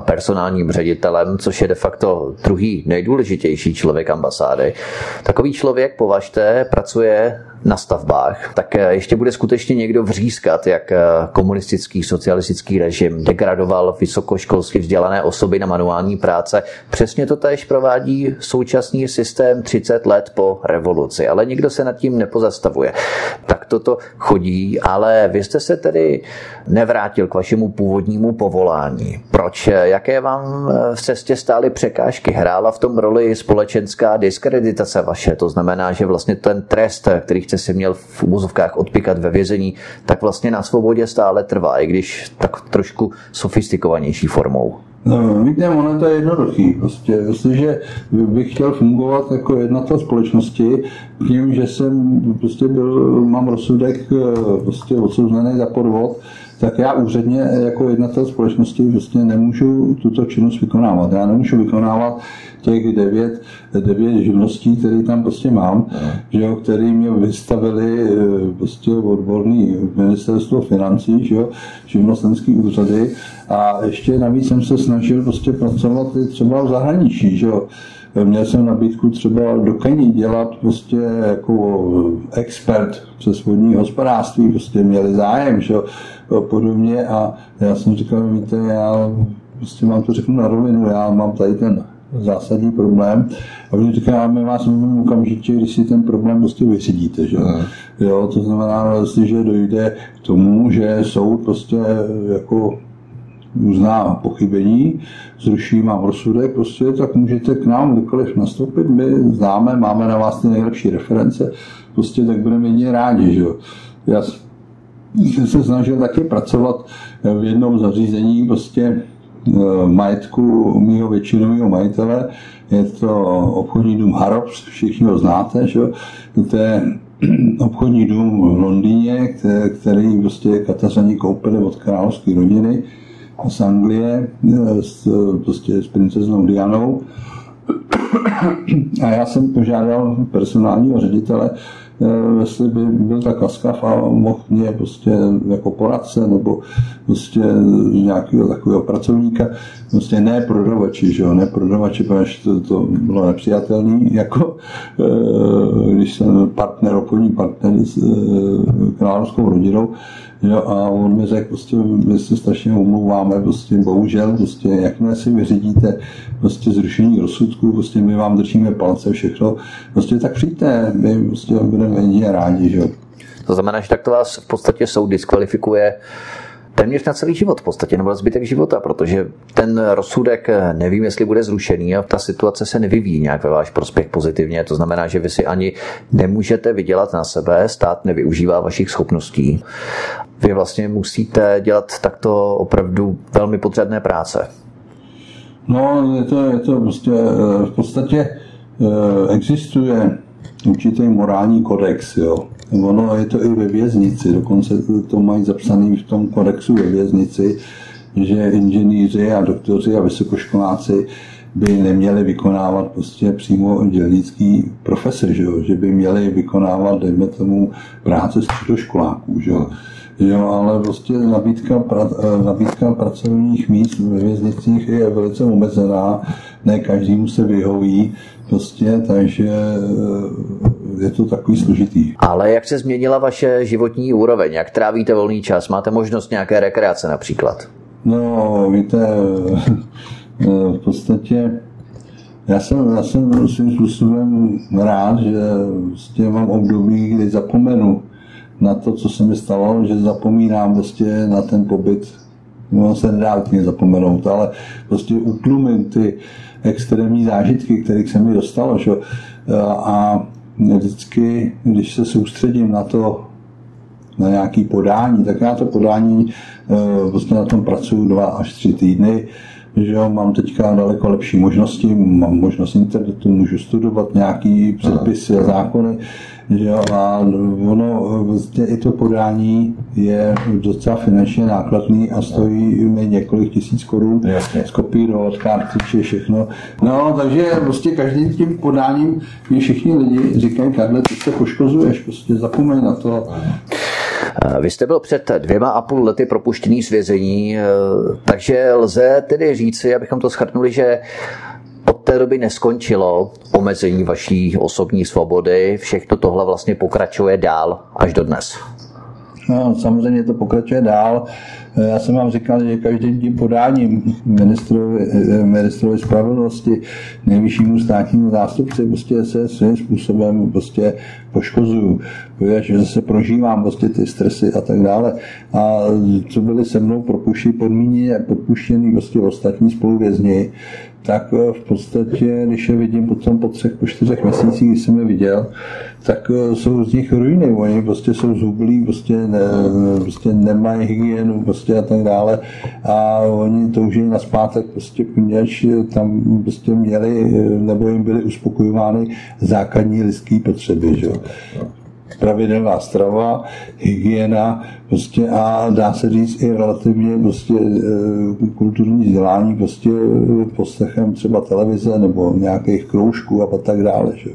personálním ředitelem, což je de facto druhý nejdůležitější člověk ambasády. Takový člověk, považte, pracuje na stavbách, tak ještě bude skutečně někdo vřískat, jak komunistický, socialistický režim degradoval vysokoškolsky vzdělané osoby na manuální práce. Přesně to též provádí současný systém třicet let po revoluci, ale nikdo se nad tím nepozastavuje. Tak toto chodí, ale vy jste se tedy nevrátil k vašemu původnímu povolání. Proč? Jaké vám v cestě stály překážky? Hrála v tom roli společenská diskreditace vaše? To znamená, že vlastně ten trest, který jste si měl v uvozovkách odpíkat ve vězení, tak vlastně na svobodě stále trvá, i když tak trošku sofistikovanější formou. No, víte, ono to je jednoduchý. Prostě, jestliže bych chtěl fungovat jako jednatel společnosti, tím, že jsem prostě byl, mám rozsudek prostě odsouzený za podvod, tak já úředně jako jednatel společnosti prostě nemůžu tuto činnost vykonávat. Já nemůžu vykonávat těch devět, devět živností, které tam prostě mám, že jo, který mě vystavili prostě odborný ministerstvo financí, že jo, živnostenský úřady, a ještě navíc jsem se snažil prostě pracovat i třeba v zahraničí, že jo. Měl jsem nabídku třeba do Keni dělat prostě jako expert přes vodní hospodářství, prostě měli zájem, že jo, podobně, a já jsem říkal, víte, já prostě vám to řeknu na rovinu, já mám tady ten zásadní problém, a oni říkají, my vás mluvím okamžitě, když si ten problém prostě vyřídíte, že jo, to znamená, že dojde k tomu, že soud prostě jako uzná pochybení, zruší mám rozsudek, prostě, tak můžete k nám kdykoliv nastoupit, my známe, máme na vás ty nejlepší reference, prostě tak budeme jedině rádi, že jo. Já jsem se snažil taky pracovat v jednom zařízení prostě majetku mýho většinového majitele, je to obchodní dům Harrods, všichni ho znáte, že jo. To je obchodní dům v Londýně, který prostě Katařani koupili od královské rodiny z Anglie, s, prostě s princeznou Dianou. A já jsem požádal personálního ředitele, jestli by byl tak laskav a mohl mě prostě jako poradce nebo prostě nějakého takového pracovníka, prostě ne prodavači, že jo, ne prodavači, protože to, to bylo nepřijatelné, jako když jsem partner, obchodní partner s královskou rodinou, jo, a on mi řekl, prostě my se strašně omlouváme, prostě bohužel, prostě jakmile si vyřídíte prostě zrušení rozsudku, prostě my vám držíme palce, všechno, prostě tak přijďte, my prostě budeme jedině rádi, že jo. To znamená, že takto vás v podstatě soud diskvalifikuje téměř na celý život v podstatě, nebo zbytek života, protože ten rozsudek, nevím, jestli bude zrušený, a ta situace se nevyvíjí nějak ve váš prospěch pozitivně. To znamená, že vy si ani nemůžete vydělat na sebe, stát nevyužívá vašich schopností. Vy vlastně musíte dělat takto opravdu velmi podřadné práce. No, je to, je to prostě, v podstatě existuje určitý morální kodex, jo. Ono je to i ve věznici, dokonce to mají zapsané v tom kodexu ve věznici, že inženýři a doktoři a vysokoškoláci by neměli vykonávat prostě přímo dělnický profese, že, že by měli vykonávat, dejme tomu, práce středoškoláků, že jo. Jo, ale prostě nabídka, pra, nabídka pracovních míst ve věznicích je velice omezená, ne každému se vyhoví, prostě, takže je to takový složitý. Ale jak se změnila vaše životní úroveň? Jak trávíte volný čas? Máte možnost nějaké rekreace například? No, víte, v podstatě já jsem, já jsem svým způsobem rád, že vlastně mám období, kdy zapomenu na to, co se mi stalo, že zapomínám prostě na ten pobyt. No, se nedá úplně zapomenout, ale prostě utlumím ty extrémní zážitky, kterých se mi dostalo. Že? A vždycky, když se soustředím na to, na nějaké podání, tak já to podání prostě na tom pracuji dva až tři týdny. Že jo, mám teďka daleko lepší možnosti, mám možnost internetu, můžu studovat nějaký předpisy a zákony, že jo, a ono, vlastně i to podání je docela finančně nákladný a stojí mi několik tisíc korun, skopírovat kartiče, všechno. No, takže prostě každým tím podáním mi všichni lidi říkají, Karle, ty se poškozuješ, prostě zapomeň na to. Vy jste byl před dvěma a půl lety propuštěný z vězení, takže lze tedy říci, abychom to shrnuli, že od té doby neskončilo omezení vaší osobní svobody, všechno tohle vlastně pokračuje dál až do dnes. No, samozřejmě to pokračuje dál. Já jsem vám říkal, že každým tím podáním ministrovi, ministrovi spravedlnosti, nejvyššímu státnímu zástupci, prostě se svým způsobem prostě poškozuju. Že zase prožívám prostě ty stresy a tak dále. A co byli se mnou propuštěni podmíněně, propuštěný prostě ostatní spoluvězni, tak v podstatě, když je vidím potom po třech, po čtyřech měsících, když jsem je viděl, tak jsou z nich ruiny. Oni prostě jsou zublí, prostě, ne, prostě nemají hygienu prostě a tak dále. A oni touží na zpátek prostě poněž tam prostě měli, nebo jim byly uspokojovány základní lidské potřeby. Že? Pravidelná strava, hygiena prostě a dá se říct i relativně prostě kulturní vzdělání prostě poslechem třeba televize nebo nějakých kroužků a tak dále. Že?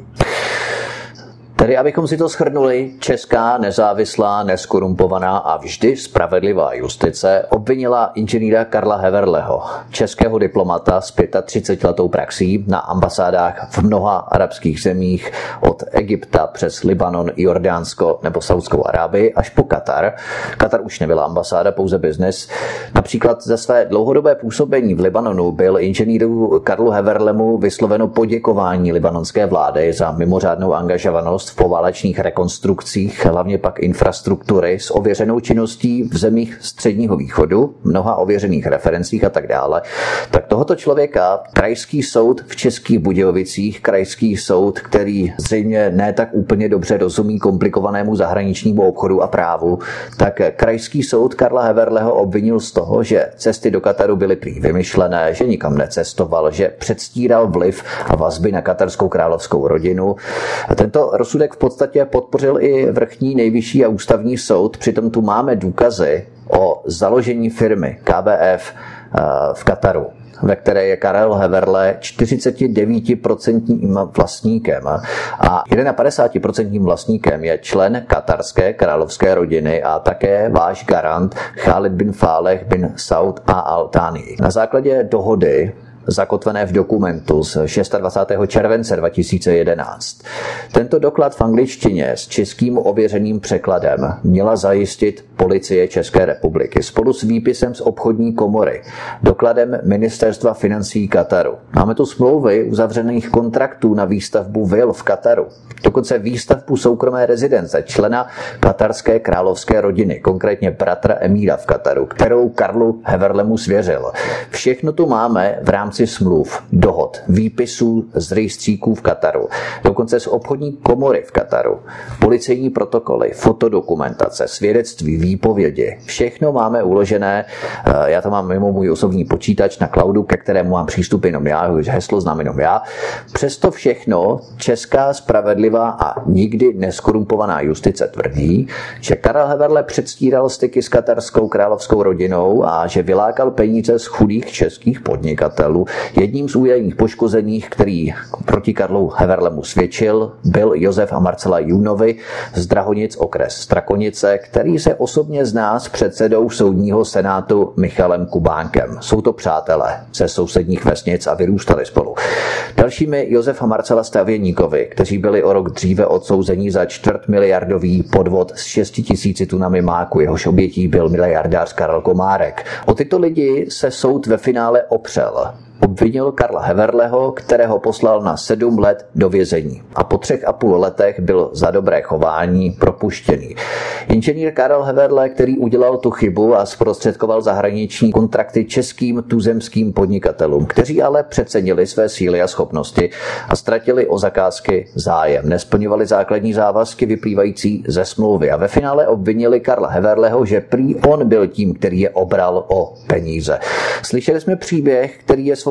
Tedy, abychom si to shrnuli, česká, nezávislá, neskorumpovaná a vždy spravedlivá justice obvinila inženýra Karla Heverleho, českého diplomata s třicetiletou praxí na ambasádách v mnoha arabských zemích, od Egypta přes Libanon, Jordánsko nebo Saudskou Arábii až po Katar. Katar už nebyla ambasáda, pouze biznes. Například za své dlouhodobé působení v Libanonu byl inženýru Karlu Heverlemu vysloveno poděkování libanonské vlády za mimořádnou angažovanost v poválečných rekonstrukcích, hlavně pak infrastruktury s ověřenou činností v zemích Středního východu, mnoha ověřených referencích a tak dále. Tak tohoto člověka krajský soud v Českých Budějovicích, krajský soud, který zřejmě ne tak úplně dobře rozumí komplikovanému zahraničnímu obchodu a právu, tak krajský soud Karla Heverleho obvinil z toho, že cesty do Kataru byly prý vymyšlené, že nikam necestoval, že předstíral vliv a vazby na katarskou královskou rodinu. A tento rozsudek v podstatě podpořil i vrchní, nejvyšší a ústavní soud, přitom tu máme důkazy o založení firmy K B F v Kataru, ve které je Karel Heverle čtyřicet devět procent vlastníkem a padesát jedna procent vlastníkem je člen katarské královské rodiny a také váš garant Khalid bin Faleh bin Saud a Al Thani. Na základě dohody zakotvené v dokumentu z dvacátého šestého července dva tisíce jedenáct. Tento doklad v angličtině s českým ověřeným překladem měla zajistit policie České republiky spolu s výpisem z obchodní komory, dokladem Ministerstva financí Kataru. Máme tu smlouvy uzavřených kontraktů na výstavbu vil v Kataru, dokonce výstavbu soukromé rezidence člena katarské královské rodiny, konkrétně bratra emíra v Kataru, kterou Karlu Heverlemu svěřil. Všechno tu máme v rámci smluv, dohod, výpisů z rejstříků v Kataru, dokonce z obchodní komory v Kataru, policejní protokoly, fotodokumentace, svědectví, výpovědi. Všechno máme uložené, já to mám mimo můj osobní počítač na cloudu, ke kterému mám přístup jenom já, heslo znám jenom já. Přesto všechno česká spravedlivá a nikdy neskorumpovaná justice tvrdí, že Karel Heverle předstíral styky s katarskou královskou rodinou a že vylákal peníze z chudých českých podnikatelů. Jedním z údajných poškozených, který proti Karlu Heverlemu svědčil, byl Josef a Marcela Junovi z Drahonic okres Strakonice, který se osobně zná s předsedou soudního senátu Michalem Kubánkem. Jsou to přátelé ze sousedních vesnic a vyrůstali spolu. Dalšími Josef a Marcela Stavěníkovi, kteří byli o rok dříve odsouzení za čtvrtmiliardový podvod s šesti tisíci tunami máku, jehož obětí byl miliardář Karel Komárek. O tyto lidi se soud ve finále opřel. Obvinil Karla Heverleho, kterého poslal na sedm let do vězení a po třech a půl letech byl za dobré chování propuštěný. Inženýr Karel Heverle, který udělal tu chybu a zprostředkoval zahraniční kontrakty českým tuzemským podnikatelům, kteří ale přecenili své síly a schopnosti a ztratili o zakázky zájem. Nesplňovali základní závazky vyplývající ze smlouvy a ve finále obvinili Karla Heverleho, že prý on byl tím, který je obral o peníze. Slyšeli jsme příběh, který je svou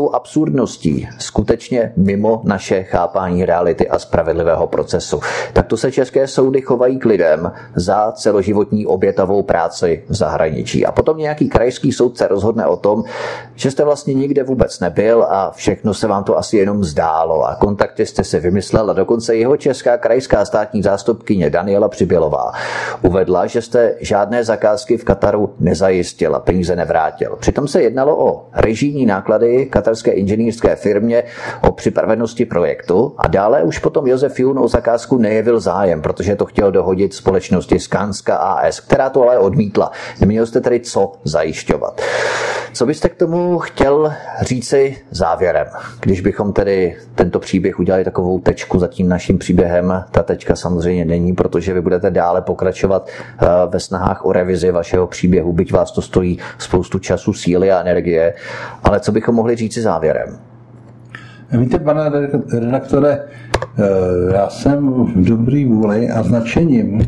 svou absurdností skutečně mimo naše chápání reality a spravedlivého procesu. Takto se české soudy chovají k lidem za celoživotní obětavou práci v zahraničí. A potom nějaký krajský soudce rozhodne o tom, že jste vlastně nikde vůbec nebyl a všechno se vám to asi jenom zdálo a kontakty jste si vymyslel a dokonce jeho česká krajská státní zástupkyně Daniela Přibělová uvedla, že jste žádné zakázky v Kataru nezajistil a peníze nevrátil. Přitom se jednalo o režijní náklady katarské inženýrské firmě, o připravenosti projektu a dále už potom Josef Jun o zakázku nejevil zájem, protože to chtěl dohodit společnosti Skanska A S, která to ale odmítla. Neměl jste tedy co zajišťovat. Co byste k tomu chtěl říci závěrem? Když bychom tedy tento příběh udělali takovou tečku za tím naším příběhem, ta tečka samozřejmě není, protože vy budete dále pokračovat ve snahách o revizi vašeho příběhu, byť vás to stojí spoustu času, síly a energie, ale co bychom mohli říci závěrem? Víte, pane redaktore, já jsem v dobrý vůli a značením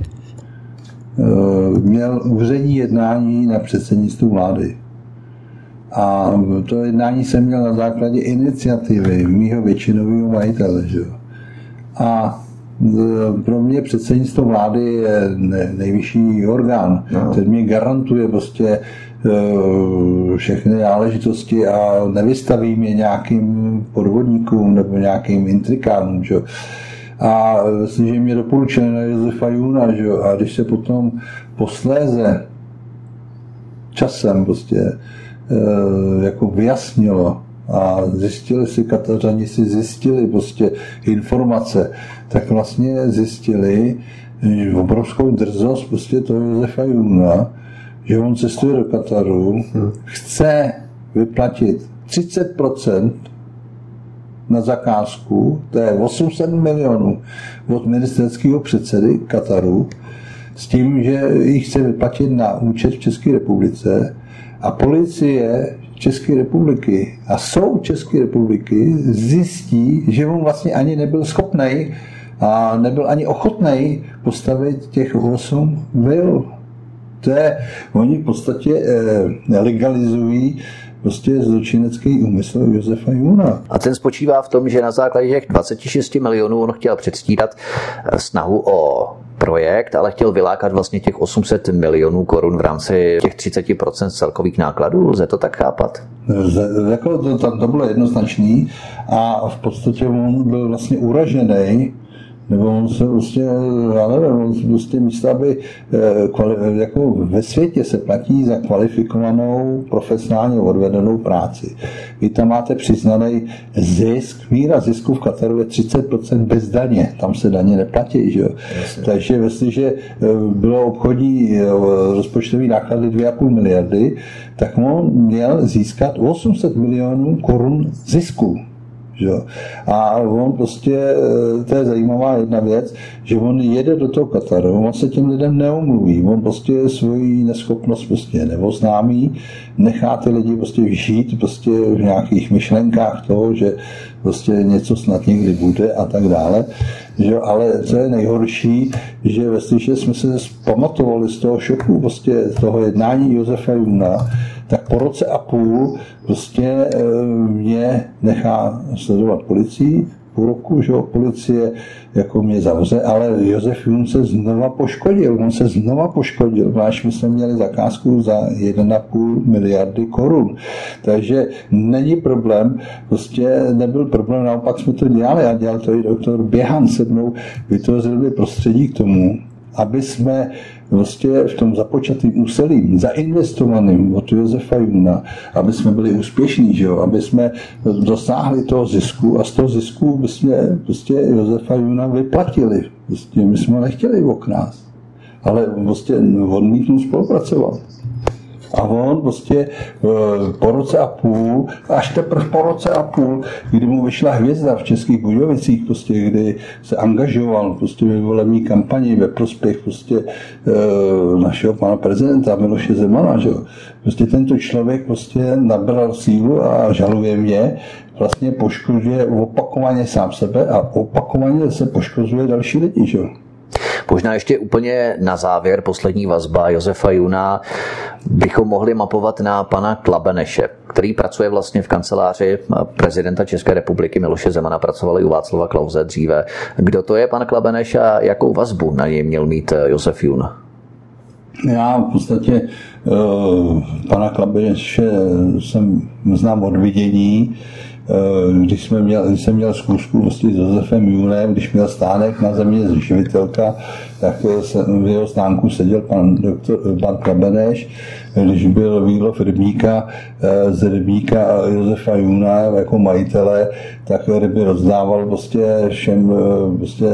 měl úřední jednání na předsednictvu vlády. A to jednání jsem měl na základě iniciativy mýho většinového majitele. Že? A pro mě předsednictvo vlády je nejvyšší orgán, no. Který mě garantuje prostě všechny náležitosti a nevystaví mě nějakým podvodníkům nebo nějakým intrikánům. Že? A že mě doporučili na Josefa Juna, že? A když se potom posléze časem prostě jako vyjasnilo a zjistili si, Katařani si zjistili prostě informace, tak vlastně zjistili že obrovskou drzost prostě toho Josefa Juna, že on cestuje do Kataru, chce vyplatit třicet procent na zakázku, to je osm set milionů od ministerského předsedy Kataru, s tím, že ji chce vyplatit na účet v České republice. A policie České republiky a soud České republiky zjistí, že on vlastně ani nebyl schopnej a nebyl ani ochotnej postavit těch osm vil. To je, oni v podstatě eh, legalizují prostě zločinecký úmysl Josefa Juna. A ten spočívá v tom, že na základě těch dvacet šest milionů on chtěl předstírat snahu o projekt, ale chtěl vylákat vlastně těch osm set milionů korun v rámci těch třicet procent celkových nákladů. Lze to tak chápat? Jako to, to, to bylo jednoznačný a v podstatě on byl vlastně uražený, nebo on se prostě, já nevím, on prostě místo, aby jako ve světě se platí za kvalifikovanou, profesionálně odvedenou práci. Vy tam máte přiznaný zisk, míra zisku v Kataru je třicet procent bez daně, tam se daně neplatí, že jo. Takže jestliže bylo obchodní rozpočtový náklady dvě a půl miliardy, tak on měl získat osm set milionů korun zisku. Jo. A on prostě, to je zajímavá jedna věc, že on jede do toho Kataru, on se těm lidem neomluví, on prostě svoji neschopnost prostě neoznámí, nechá ty lidi prostě žít prostě v nějakých myšlenkách toho, že prostě něco snad někdy bude a tak dále. Že, ale co je nejhorší, že vesliže jsme se pamatovali z toho šoku, prostě z toho jednání Josefa Juna, tak po roce a půl prostě mě nechá sledovat policii, půl roku, že policie jako mě zavře, ale Josef Jun se znova poškodil, on se znova poškodil, zvlášť my jsme měli zakázku za jedna a půl miliardy korun, takže není problém, prostě nebyl problém, naopak jsme to dělali a dělal to i doktor Běhan se mnou, vytvořili prostředí k tomu, aby jsme vlastně v tom započatým úsilím, zainvestovaným od Josefa Juna, aby jsme byli úspěšní, že jo? Aby jsme dosáhli toho zisku a z toho zisku by jsme prostě Josefa Juna vyplatili. Prostě my jsme nechtěli o nás, ale prostě odmítnul spolupracovat. A on prostě po roce a půl, až teprve po roce a půl, kdy mu vyšla hvězda v Českých Budějovicích, prostě, kdy se angažoval prostě ve volební kampani ve prospěch prostě našeho pana prezidenta Miloše Zemana, že jo. Prostě tento člověk prostě nabral sílu a žaluje mě, vlastně poškozuje opakovaně sám sebe a opakovaně se poškozuje další lidi, že jo. Možná ještě úplně na závěr poslední vazba Josefa Juna bychom mohli mapovat na pana Klabeneše, který pracuje vlastně v kanceláři prezidenta České republiky Miloše Zemana, pracoval i u Václava Klause dříve. Kdo to je pan Klabeneš a jakou vazbu na něj měl mít Josef Jun? Já v podstatě uh, pana Klabeneše jsem znám od vidění. Když, jsme měl, když jsem měl zkusku vlastně s Josefem Junem, když měl stánek na země z živitelka, tak v jeho stánku seděl pan, doktor, pan Klabeneš. Když byl výlov rybníka, z rybníka Josefa Juna jako majitele, tak ryby rozdával prostě všem prostě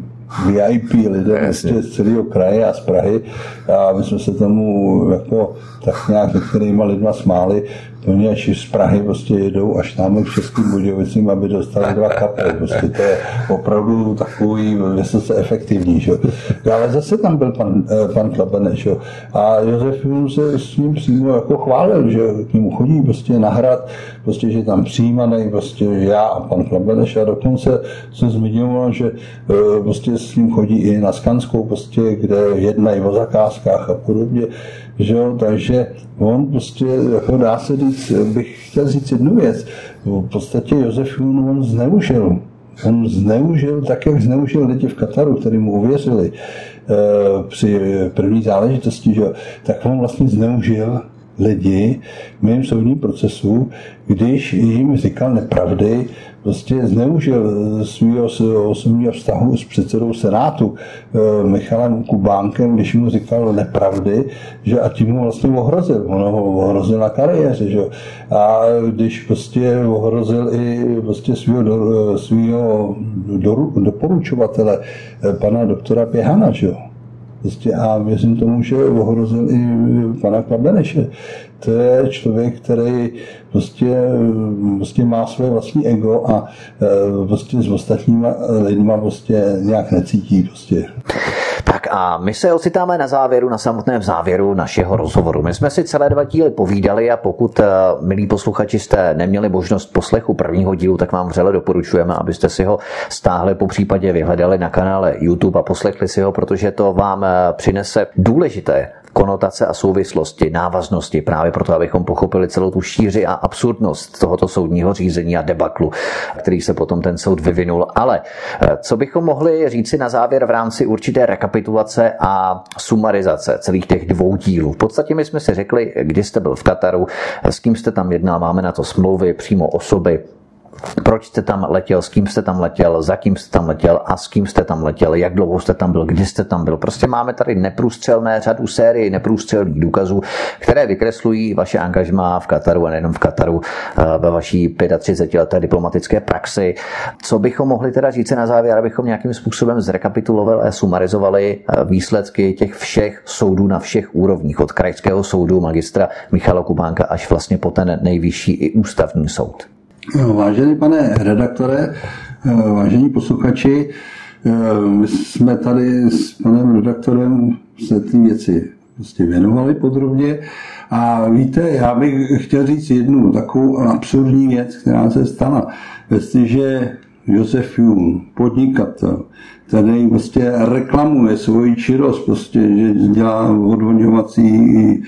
V I P lidé vlastně z celého kraje a z Prahy a my jsme se tomu jako tak nějak některýma lidma smáli, poněvadž z Prahy prostě jedou až tam k Českým Budějovicím, aby dostali dva kapry. Prostě to je opravdu takový vysoce efektivní. Že? Ale zase tam byl pan, pan Klabeneš. Že? A Josef Jun se s ním přímo jako chválil, že k němu chodí prostě na hrad, prostě, že tam přijímaný, prostě já a pan Klabeneš a dokonce se zmiňoval, že prostě s ním chodí i na Skanskou, prostě, kde jednají o zakázkách a podobně. Že jo, takže on prostě, jako dá se říct, bych chtěl říct jednu věc, v podstatě Josef Jun on zneužil. On zneužil, tak jak zneužil lidi v Kataru, kteří mu uvěřili e, při první záležitosti, že jo, tak on vlastně zneužil lidi v mém soudním procesu, když jim říkal nepravdy, prostě zneužil svého osobního vztahu s předsedou Senátu Michalem Kubánkem, když mu říkal nepravdy, že a tím ho vlastně ohrozil. On ho ohrozil na kariéře, že? A když prostě ohrozil i prostě svého, do, svého do, doporučovatele, pana doktora Pěhana, že? Prostě a věřím tomu, že ohrozil i pana Klabeneše. To je člověk, který prostě, prostě má své vlastní ego a prostě s ostatníma lidma prostě nějak necítí. Prostě. Tak a my se ocitáme na závěru, na samotném závěru našeho rozhovoru. My jsme si celé dva díly povídali a pokud, milí posluchači, jste neměli možnost poslechu prvního dílu, tak vám vřele doporučujeme, abyste si ho stáhli, po případě vyhledali na kanále YouTube a poslechli si ho, protože to vám přinese důležité konotace a souvislosti, návaznosti právě proto, abychom pochopili celou tu šíři a absurdnost tohoto soudního řízení a debaklu, který se potom ten soud vyvinul. Ale co bychom mohli říci na závěr v rámci určité rekapitulace a sumarizace celých těch dvou dílů? V podstatě my jsme si řekli, kdy jste byl v Kataru, s kým jste tam jednal, máme na to smlouvy, přímo osoby, proč jste tam letěl, s kým jste tam letěl, za kým jste tam letěl a s kým jste tam letěl, jak dlouho jste tam byl, kdy jste tam byl. Prostě máme tady neprůstřelné řadu sérii neprůstřelných důkazů, které vykreslují vaše angažmá v Kataru a nejenom v Kataru ve vaší třicetileté diplomatické praxi. Co bychom mohli teda říct na závěr, abychom nějakým způsobem zrekapitulovali a sumarizovali výsledky těch všech soudů na všech úrovních, od krajského soudu magistra Michala Kubánka až vlastně po ten nejvyšší i ústavní soud. Vážený pane redaktore, vážení posluchači, my jsme tady s panem redaktorem se ty věci prostě věnovali podrobně a víte, já bych chtěl říct jednu takovou absurdní věc, která se stala. Jestliže Josef Jun, podnikatel, který prostě reklamuje svoji činnost, prostě, že dělá odvodňovací e,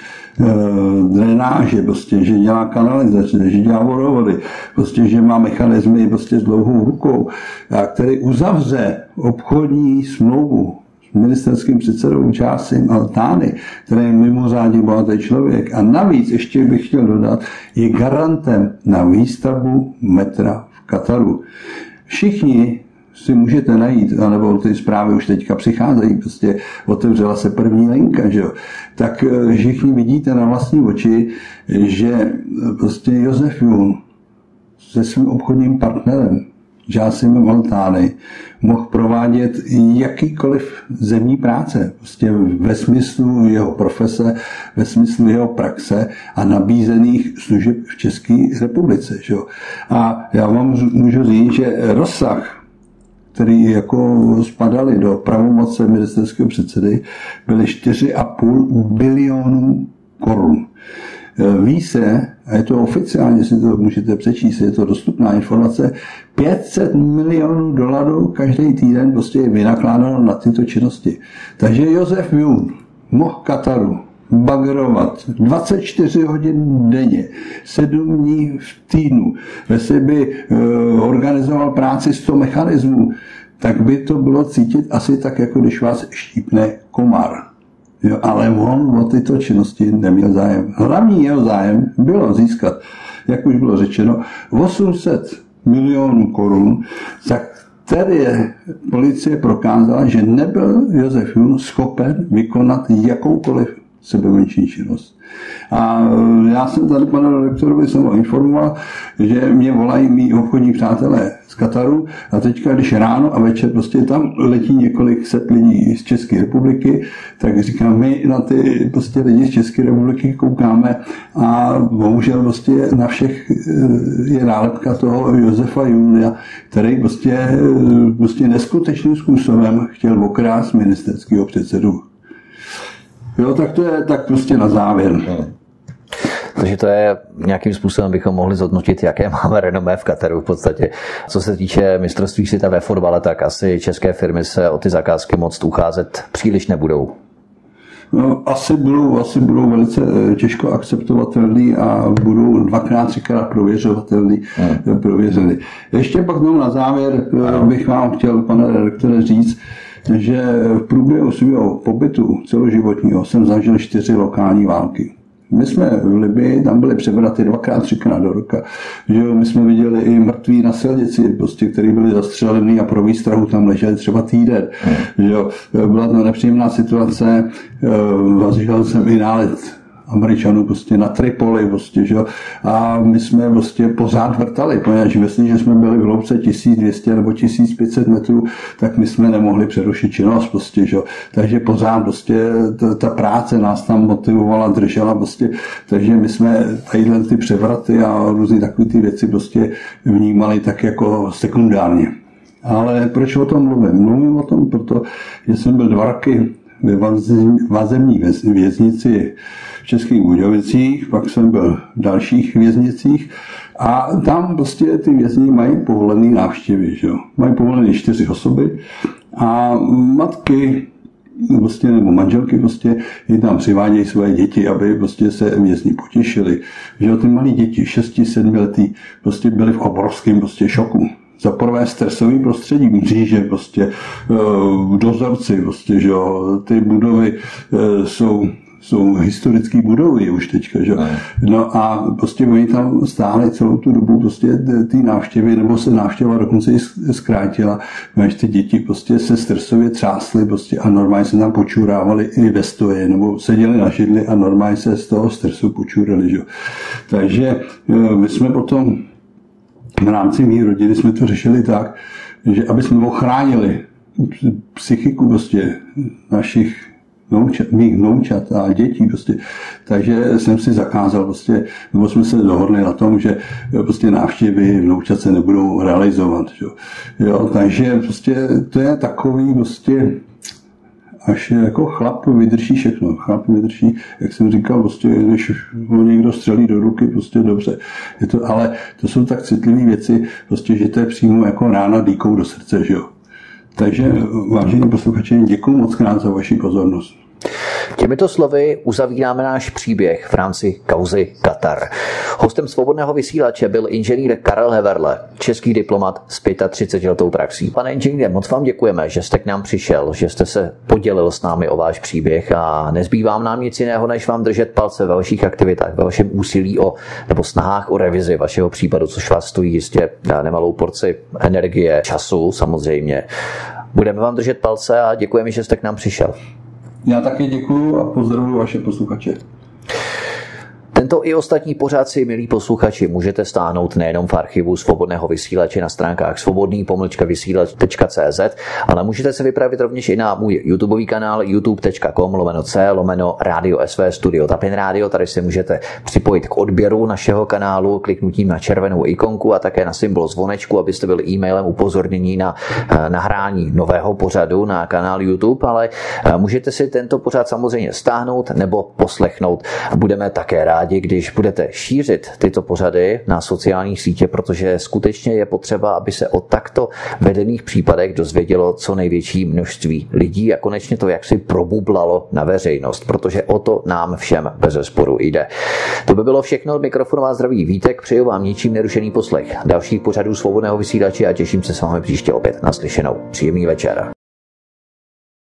drenáže, prostě, že dělá kanalizace, že dělá vodovody, prostě, že má mechanismy prostě s dlouhou rukou, a který uzavře obchodní smlouvu s ministerským předsedou Čásym Al-Thani, který je mimořádně bohatý člověk. A navíc, ještě bych chtěl dodat, je garantem na výstavbu metra v Kataru. Všichni si můžete najít, anebo ty zprávy už teďka přicházejí, prostě otevřela se první linka, že jo. Tak všichni vidíte na vlastní oči, že prostě Josef Jun se svým obchodním partnerem Čásymem Al-Thani mohl provádět jakýkoliv zemní práce, prostě ve smyslu jeho profese, ve smyslu jeho praxe a nabízených služeb v České republice. Že? A já vám můžu říct, že rozsah, který jako spadaly do pravomoce ministerského předsedy, byly čtyři a půl bilionu korun. Ví se, a je to oficiálně, si to můžete přečíst, je to dostupná informace, pět set milionů dolarů každý týden prostě je vynakládáno na tyto činnosti. Takže Josef Jun mohl Kataru bagrovat dvacet čtyři hodin denně, sedm dní v týdnu, jestli by e, organizoval práci sto mechanismů, tak by to bylo cítit asi tak, jako když vás štípne komar. Jo, ale on o tyto činnosti neměl zájem. Hlavní jeho zájem bylo získat, jak už bylo řečeno, osm set milionů korun, za které policie prokázala, že nebyl Josef Jun schopen vykonat jakoukoliv sebemenší činnost. A já jsem tady panu rektorovi jsem ho informoval, že mě volají mý obchodní přátelé z Kataru a teďka, když ráno a večer prostě tam letí několik set lidí z České republiky, tak říkám, my na ty prostě lidi z České republiky koukáme a bohužel prostě na všech je nálepka toho Josefa Juna, který prostě, prostě neskutečným způsobem chtěl okrást ministerského předsedu. Jo, tak to je tak prostě na závěr. Hmm. Takže to je nějakým způsobem bychom mohli zhodnotit, jaké máme renomé v Kataru v podstatě. Co se týče mistrovství světa ve fotbale, tak asi české firmy se o ty zakázky moc ucházet příliš nebudou. No, asi budou, asi budou velice těžko akceptovatelný a budou dvakrát, třikrát prověřovatelný. Hmm. prověřený. Ještě pak na závěr ano. bych vám chtěl, pane redaktore, říct, že v průběhu svého pobytu celoživotního jsem zažil čtyři lokální války. My jsme v Libii, tam byly převraty dvakrát, třikrát do roka. Že my jsme viděli i mrtví na silnici, prostě, který byli zastřelený a pro výstrahu tam leželi třeba týden. Hmm. Že byla to nepříjemná situace, zažil jsem i nálet Američanů prostě na Tripoli, prostě, že? A my jsme prostě pořád vrtali, poněvadž jestliže jsme byli v hloubce tisíc dvě stě nebo tisíc pět set metrů, tak my jsme nemohli přerušit činnost, prostě, že? Takže pořád prostě ta, ta práce nás tam motivovala, držela, prostě, takže my jsme tadyhle ty převraty a různé takové ty věci prostě vnímali tak jako sekundárně. Ale proč o tom mluvím? Mluvím o tom, proto, že jsem byl dva roky ve vazemní věznici v Českých Budějovicích, pak jsem byl v dalších věznicích a tam prostě ty vězni mají povolený návštěvy, že jo? Mají povolené čtyři osoby a matky prostě, nebo manželky prostě tam přivádějí svoje děti, aby prostě se vězni potěšili. Že jo? Ty malí děti, šesti sedmi letý, prostě byli v obrovském prostě šoku. Za prvé stresový prostředí, mříže, prostě dozorci, prostě, že jo, ty budovy jsou, jsou historické budovy už teďka, že jo. No a prostě oni tam stáli celou tu dobu prostě ty návštěvy, nebo se návštěva dokonce i zkrátila, protože ty děti prostě se stresově třásly prostě a normálně se tam počurávali i ve stoje, nebo seděli na židli a normálně se z toho stresu počurali, že jo. Takže my jsme potom v rámci mý rodiny jsme to řešili tak, že aby jsme ochránili psychiku prostě našich noučat, mých noučat a dětí prostě. Takže jsem si zakázal prostě, nebo jsme se dohodli na tom, že prostě návštěvy vnoučat se nebudou realizovat. Jo. Jo, takže prostě to je takový prostě až jako chlap vydrží všechno. Chlap vydrží, jak jsem říkal, prostě, když ho někdo střelí do ruky, prostě dobře. Je to, ale to jsou tak citlivé věci, prostě, že to je přímo jako rána dýkou do srdce, že jo. Takže, vážení posluchači, děkuji moc krát za vaši pozornost. Těmito slovy uzavíráme náš příběh v rámci kauzy Katar. Hostem Svobodného vysílače byl inženýr Karel Heverle, český diplomat s třicetiletou praxí. Pane inženýre, moc vám děkujeme, že jste k nám přišel, že jste se podělil s námi o váš příběh a nezbývá nám nic jiného, než vám držet palce ve vašich aktivitách, ve vašem úsilí o, nebo snahách o revizi vašeho případu, což vás stojí jistě nemalou porci energie, času samozřejmě. Budeme vám držet palce a děkujeme, že jste k nám přišel. Já taky děkuju a pozdravuji vaše posluchače. Tento i ostatní pořad si, milí posluchači, můžete stáhnout nejenom v archivu Svobodného vysílače na stránkách svobodný pomlčka vysílač tečka cé zet, ale můžete se vypravit rovněž i na můj YouTubeový kanál youtube tečka com lomeno c lomeno Radio S V Studio Tapin Radio. Tady se můžete připojit k odběru našeho kanálu kliknutím na červenou ikonku a také na symbol zvonečku, abyste byli e-mailem upozornění na nahrání nového pořadu na kanál YouTube, ale můžete si tento pořad samozřejmě stáhnout nebo poslechnout. Budeme také rádi, rádi, když budete šířit tyto pořady na sociálních sítě, protože skutečně je potřeba, aby se o takto vedených případech dozvědělo co největší množství lidí a konečně to jaksi probublalo na veřejnost, protože o to nám všem bezesporu jde. To by bylo všechno od mikrofonu a zdraví Vítek, přeju vám ničím nerušený poslech dalších pořadů Svobodného vysílače a těším se s vámi příště opět naslyšenou. Příjemný večer.